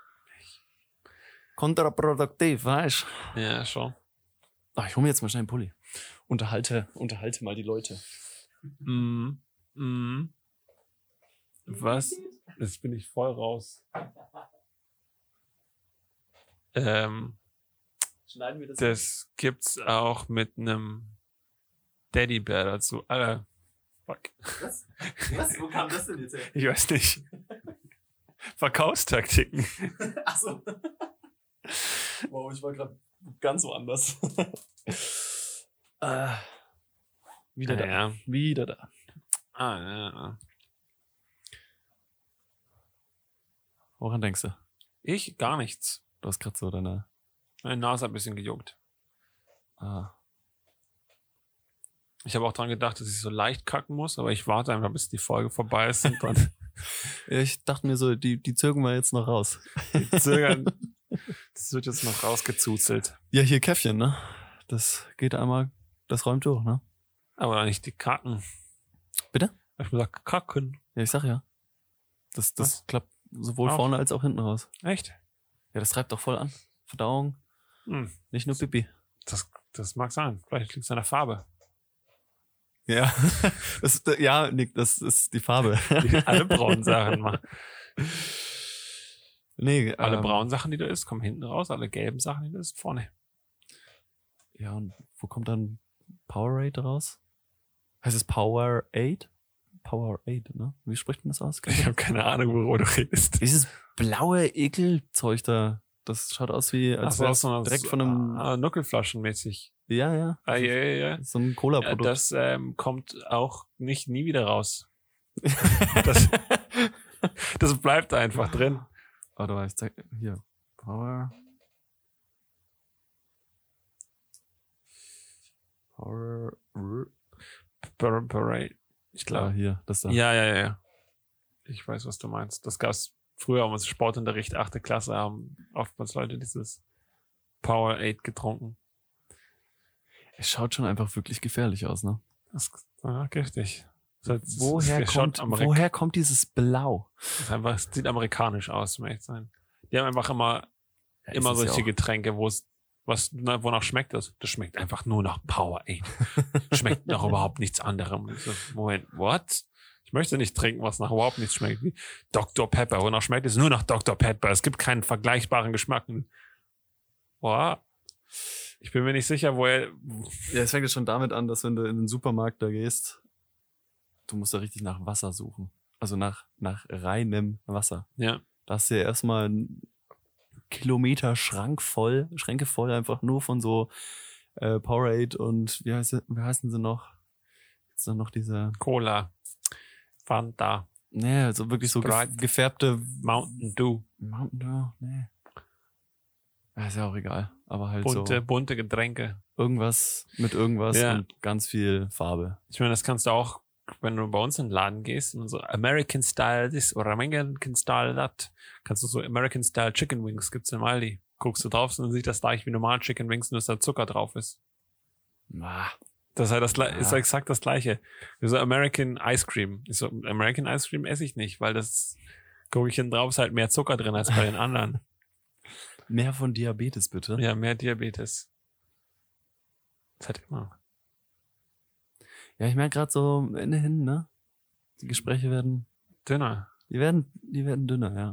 kontraproduktiv, weißt du? ja, schon. Ach, ich hole mir jetzt mal schnell einen Pulli. Unterhalte, unterhalte mal die Leute. Mm, mm. Was? Jetzt bin ich voll raus. Ähm, Schneiden wir das? das gibt's auch mit einem Teddybär dazu. Äh, fuck. Was? Was? Wo kam das denn jetzt her? Ich weiß nicht. Verkaufstaktiken. Achso. Wow, ich war gerade ganz woanders. äh, wieder da. Ja. Wieder da. Ah, ja, ja. Woran denkst du? Ich? Gar nichts. Du hast gerade so deine. Meine Nase hat ein bisschen gejuckt. Ah. Ich habe auch dran gedacht, dass ich so leicht kacken muss, aber ich warte einfach, bis die Folge vorbei ist und dann Ja, ich dachte mir so, die, die zögern wir jetzt noch raus. zögern. Das wird jetzt noch rausgezuzelt. Ja, hier Käffchen, ne? Das geht einmal, das räumt durch, ne? Aber nicht die Kacken. Bitte? Hab ich gesagt, kacken. Ja, ich sag ja. Das, das Was? klappt sowohl Auch. vorne als auch hinten raus. Echt? Ja, das treibt doch voll an. Verdauung, Hm. nicht nur Pipi. Das, das mag sein. Vielleicht liegt es an der Farbe. Ja, das, ja, Nick, das ist die Farbe. Die alle braunen Sachen machen. Nee, Alle ähm, braunen Sachen, die du isst, kommen hinten raus. Alle gelben Sachen, die du isst, vorne. Ja, und wo kommt dann Powerade raus? Heißt es Powerade? Powerade, ne? Wie spricht man das aus? Ich habe keine Ahnung, worüber du redest. Dieses blaue Ekelzeug da, das schaut aus wie, als Ach wäre so, so direkt von einem, ah, Nuckelflaschenmäßig. ja, ja, Ah, ja, ja, ja. so ein Ja, Cola-Produkt. das ähm, kommt auch nicht nie wieder raus. Das, das bleibt einfach drin. Warte mal, ich zeig, hier, Power, Power, Par- Parade. Ich ah, glaube. hier, das da. Ja, ja, ja, ja. Ich weiß, was du meinst. Das gab's früher im Sportunterricht, achte Klasse, haben oftmals Leute dieses Powerade getrunken. Es schaut schon einfach wirklich gefährlich aus, ne? Das ist ja, giftig. Das ist, Woher das schaut kommt, Amerik- woher kommt dieses Blau? das ist einfach, es sieht amerikanisch aus, um ehrlich zu sein. Die haben einfach immer, Ja, immer ist es ja solche auch. Getränke, wo es, was, na, wonach schmeckt das? Das schmeckt einfach nur nach Powerade. Schmeckt nach überhaupt nichts anderem. Und ich so, Moment, what? Ich möchte nicht trinken, was nach überhaupt nichts schmeckt. Wie Doktor Pepper. Wonach schmeckt es? Nur nach Doktor Pepper. Es gibt keinen vergleichbaren Geschmack. Boah. Ich bin mir nicht sicher, woher. Ja, es fängt jetzt schon damit an, dass wenn du in den Supermarkt da gehst, du musst da richtig nach Wasser suchen. Also nach, nach reinem Wasser. Ja. Da hast du ja erstmal einen Kilometer Schrank voll, Schränke voll einfach nur von so äh, Powerade und wie, heißt, wie heißen sie noch? Jetzt noch diese, Cola. Fanta. nee, also wirklich so Sprite. gef- gefärbte Mountain Dew. Mountain Dew, nee. Ja, ist ja auch egal. Aber halt Bunte, so bunte Getränke. irgendwas mit irgendwas Ja. und ganz viel Farbe. Ich meine, das kannst du auch, wenn du bei uns in den Laden gehst und so American Style this oder American Style that, kannst du so American Style Chicken Wings, gibt's im Aldi. Guckst du drauf und dann sieht das gleich wie normal Chicken Wings, nur dass da Zucker drauf ist. Ah, Das ist halt das, Gle- Ja. ist exakt das Gleiche. So American Ice Cream. Ich so, American Ice Cream esse ich nicht, weil das gucke ich hinten drauf, ist halt mehr Zucker drin als bei den anderen. mehr von Diabetes bitte. Ja, mehr Diabetes. Das hat immer. Ja, ich merke gerade so am Ende hin, ne? Die Gespräche werden, Dünner. die werden, die werden dünner, ja.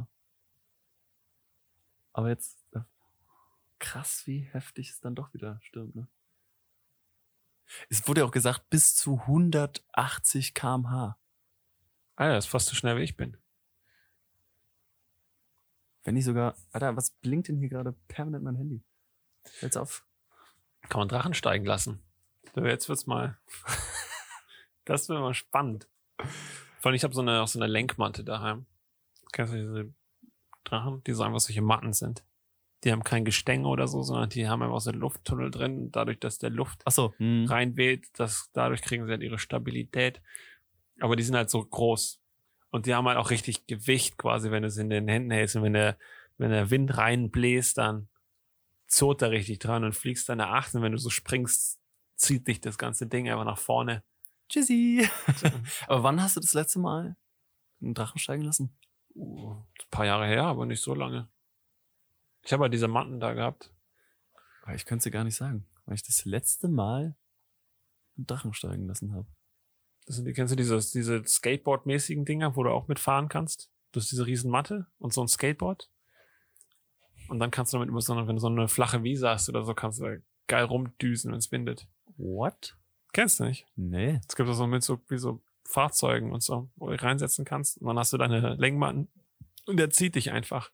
Aber jetzt äh, krass, wie heftig es dann doch wieder stimmt, ne? Es wurde ja auch gesagt, bis zu hundertachtzig Kilometer pro Stunde. Alter, das ist fast so schnell wie ich bin. Wenn nicht sogar, Alter, was blinkt denn hier gerade permanent mein Handy? Hält's auf. Kann man Drachen steigen lassen. So, jetzt wird's mal. Das wird mal spannend. Vor allem, ich habe so eine, auch so eine Lenkmatte daheim. Kennst du diese Drachen, die so einfach solche Matten sind? Die haben kein Gestänge oder so, sondern die haben einfach so einen Lufttunnel drin. Dadurch, dass der Luft Ach so. Hm. reinweht, das, dadurch kriegen sie halt ihre Stabilität. Aber die sind halt so groß. Und die haben halt auch richtig Gewicht quasi, wenn du es in den Händen hältst. Und wenn der, wenn der Wind reinbläst, dann zurrt er richtig dran und fliegst dann nach acht. Und wenn du so springst, zieht dich das ganze Ding einfach nach vorne. Tschüssi. Aber wann hast du das letzte Mal einen Drachen steigen lassen? Uh, ein paar Jahre her, aber nicht so lange. Ich habe halt diese Matten da gehabt. Aber ich könnte es dir gar nicht sagen, weil ich das letzte Mal einen Drachen steigen lassen habe. Das sind, die- kennst du diese, diese Skateboard-mäßigen Dinger, wo du auch mitfahren kannst? Du hast diese riesen Matte und so ein Skateboard. Und dann kannst du damit immer so eine, wenn du so eine flache Wiese hast oder so, kannst du da geil rumdüsen, wenn es windet. What? Kennst du nicht? Nee. Es gibt das so mit so, wie so Fahrzeugen und so, wo du reinsetzen kannst. Und dann hast du deine Lenkmatten und der zieht dich einfach.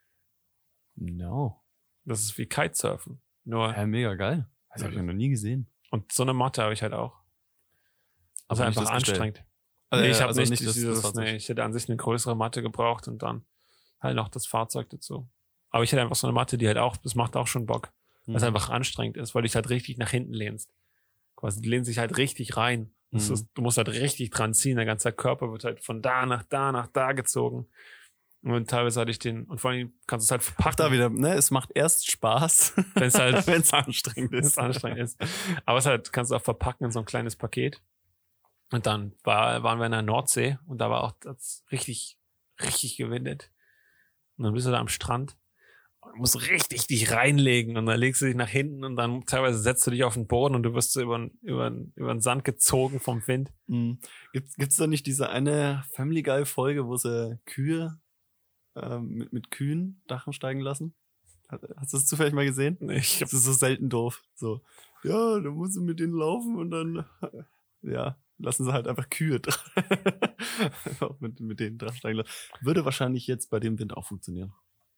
No. Das ist wie Kitesurfen. Nur, Ja, mega geil. Das habe ich noch nie gesehen. und so eine Matte habe ich halt auch. Also Aber nicht einfach das Gestell. anstrengend. Also, nee, ich äh, habe also nicht, nicht das- dieses, das Fahrzeug. nee, ich hätte an sich eine größere Matte gebraucht und dann halt noch das Fahrzeug dazu. Aber ich hätte einfach so eine Matte, die halt auch, das macht auch schon Bock. Weil es Mhm. einfach anstrengend ist, weil du dich halt richtig nach hinten lehnst. Quasi, du lehnst dich halt richtig rein. Das Mhm. ist, du musst halt richtig dran ziehen. Der ganze Körper wird halt von da nach da nach da gezogen. Und teilweise hatte ich den, und vor allem kannst du es halt Ach, verpacken, da wieder, ne? Es macht erst Spaß, wenn es halt wenn es anstrengend wenn es ist. anstrengend ist. Aber es halt, kannst du auch verpacken in so ein kleines Paket. Und dann war, waren wir in der Nordsee und da war auch das richtig, richtig gewindet. Und dann bist du da am Strand und musst richtig dich reinlegen und dann legst du dich nach hinten und dann teilweise setzt du dich auf den Boden und du wirst so über, über, über den Sand gezogen vom Wind. Mhm. Gibt, gibt's da nicht diese eine Family Guy Folge, wo sie Kühe ähm, mit, mit Kühen Dachen steigen lassen. Hast du das zufällig mal gesehen? Nee, ich Das ist so selten doof. So, ja, da musst du mit denen laufen und dann, ja, lassen sie halt einfach Kühe auch mit, mit denen Drachen steigen lassen. Würde wahrscheinlich jetzt bei dem Wind auch funktionieren.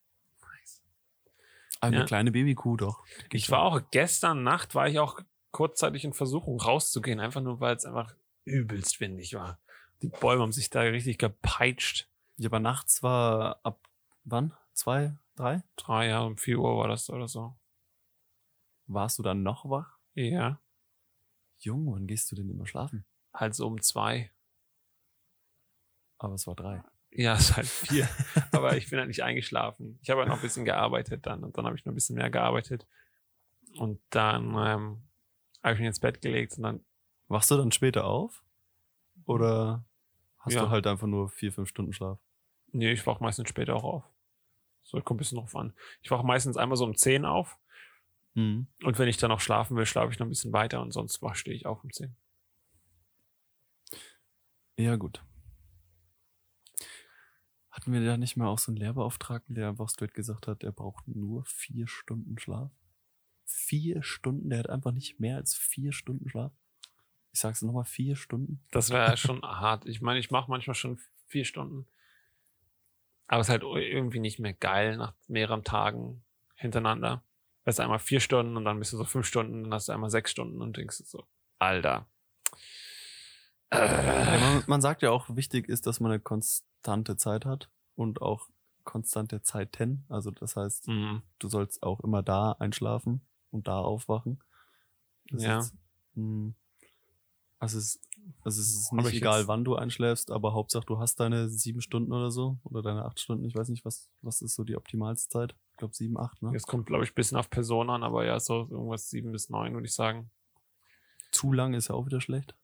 Eine Ja. kleine Babykuh doch. Ich war auch gestern Nacht, war ich auch kurzzeitig in Versuchung rauszugehen, einfach nur, weil es einfach übelst windig war. Die Bäume haben sich da richtig gepeitscht. Ja, aber nachts war ab wann? Zwei, drei? Drei, ja, um vier Uhr war das oder so. Warst du dann noch wach? Ja, Junge, wann gehst du denn immer schlafen? halt so um zwei. Aber es war drei. Ja, es ist halt vier. Aber ich bin halt nicht eingeschlafen. Ich habe halt noch ein bisschen gearbeitet dann und dann habe ich noch ein bisschen mehr gearbeitet. Und dann ähm, habe ich mich ins Bett gelegt und dann, Wachst du dann später auf? Oder hast Ja. du halt einfach nur vier, fünf Stunden Schlaf? nee, ich wache meistens später auch auf. So, kommt ein bisschen drauf an. Ich wache meistens einmal so um zehn auf Mhm. und wenn ich dann noch schlafen will, schlafe ich noch ein bisschen weiter und sonst wach- stehe ich auf um zehn. Ja, gut. Hatten wir da nicht mal auch so einen Lehrbeauftragten, der einfach straight gesagt hat, er braucht nur vier Stunden Schlaf? Vier Stunden? Der hat einfach nicht mehr als vier Stunden Schlaf? Ich sag's nochmal, vier Stunden? Das wäre schon hart. Ich meine, ich mache manchmal schon vier Stunden. Aber es ist halt irgendwie nicht mehr geil nach mehreren Tagen hintereinander. Weißt du, einmal vier Stunden und dann bist du so fünf Stunden, dann hast du einmal sechs Stunden und denkst du so, Alter. Ja, Äh, man, man sagt ja auch, wichtig ist, dass man eine konstante Zeit hat und auch konstante Zeiten. Also das heißt, mhm. du sollst auch immer da einschlafen und da aufwachen. Das Ja. Ist, mh, also es, also es ist Aber nicht ich egal, jetzt- wann du einschläfst, aber Hauptsache du hast deine sieben Stunden oder so oder deine acht Stunden. Ich weiß nicht, was, was ist so die optimalste Zeit? Ich glaube sieben, acht, ne? Jetzt kommt, glaube ich, ein bisschen auf Person an, aber ja, so irgendwas sieben bis neun, würde ich sagen. Zu lang ist ja auch wieder schlecht.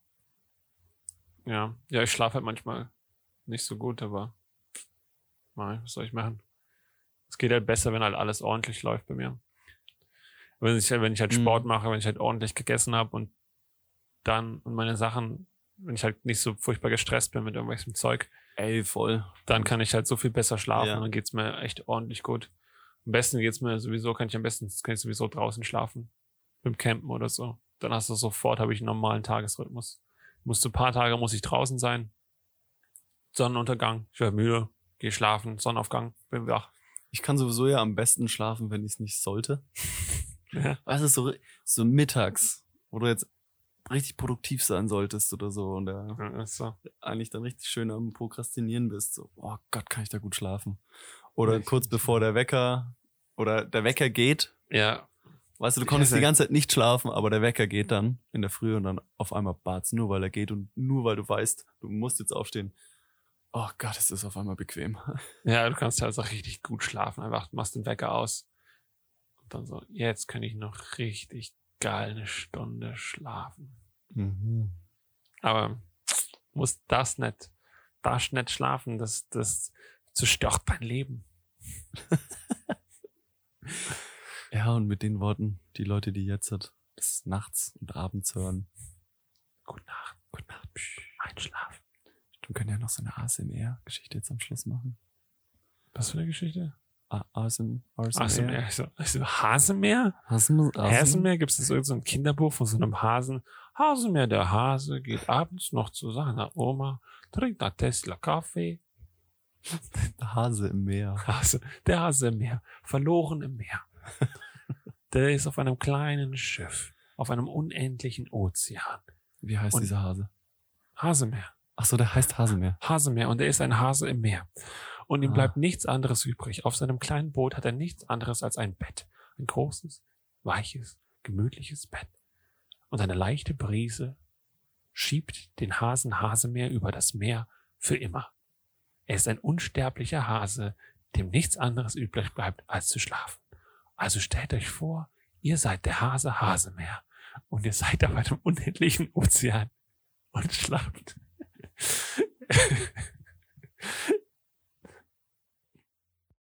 Ja, ja, ich schlafe halt manchmal nicht so gut, aber nein, was soll ich machen? Es geht halt besser, wenn halt alles ordentlich läuft bei mir. Wenn ich, wenn ich halt Mhm. Sport mache, wenn ich halt ordentlich gegessen habe und dann und meine Sachen, wenn ich halt nicht so furchtbar gestresst bin mit irgendwelchem Zeug, Ey, voll. dann kann ich halt so viel besser schlafen Ja. und dann geht's mir echt ordentlich gut. Am besten geht's mir sowieso, kann ich am besten, kann ich sowieso draußen schlafen. Beim Campen oder so. Dann hast du sofort, habe ich einen normalen Tagesrhythmus. Musste ein paar Tage muss ich draußen sein. Sonnenuntergang, ich werde müde, gehe schlafen, Sonnenaufgang, bin wach. Ich kann sowieso ja am besten schlafen, wenn ich es nicht sollte. Ja. Was ist so, so mittags, wo du jetzt richtig produktiv sein solltest oder so und da Ja, ist so. eigentlich dann richtig schön am Prokrastinieren bist. So, oh Gott, kann ich da gut schlafen. Oder Ich kurz nicht. bevor der Wecker oder der Wecker geht. Ja, Weißt du, du Ich konntest weiß die ganze Zeit nicht schlafen, aber der Wecker geht dann in der Früh und dann auf einmal batz, nur weil er geht und nur weil du weißt, du musst jetzt aufstehen. Oh Gott, es ist auf einmal bequem. ja, du kannst halt auch richtig gut schlafen. Einfach machst den Wecker aus. Und dann so, jetzt kann ich noch richtig geil eine Stunde schlafen. Mhm. Aber muss das nicht, das nicht schlafen, das, das zerstört dein Leben. Ja, und mit den Worten, die Leute, die jetzt halt des Nachts und Abends hören, Gute Nacht. gute Nacht. Psch. Einschlafen. Wir können ja noch so eine A S M R-Geschichte jetzt am Schluss machen. Was für eine Geschichte? A S M R? Hasemeer. Also, also Hasemeer? Hasemeer? Hasemeer? Gibt es irgend so ein Kinderbuch von so einem Hasen? Hasemeer, der Hase, geht abends noch zu seiner Oma, trinkt einen Tesla Kaffee. Hase im Meer. Hase, der Hase im Meer, verloren im Meer. Der ist auf einem kleinen Schiff, auf einem unendlichen Ozean. Wie heißt Und- dieser Hase? Hasemeer. Ach so, der heißt Hasemeer. Hasemeer und er ist ein Hase im Meer. Und ihm Ah. bleibt nichts anderes übrig. Auf seinem kleinen Boot hat er nichts anderes als ein Bett. Ein großes, weiches, gemütliches Bett. Und eine leichte Brise schiebt den Hasen Hasemeer über das Meer für immer. Er ist ein unsterblicher Hase, dem nichts anderes übrig bleibt, als zu schlafen. Also stellt euch vor, ihr seid der Hase Hasemeer und ihr seid auf einem unendlichen Ozean und schlaft.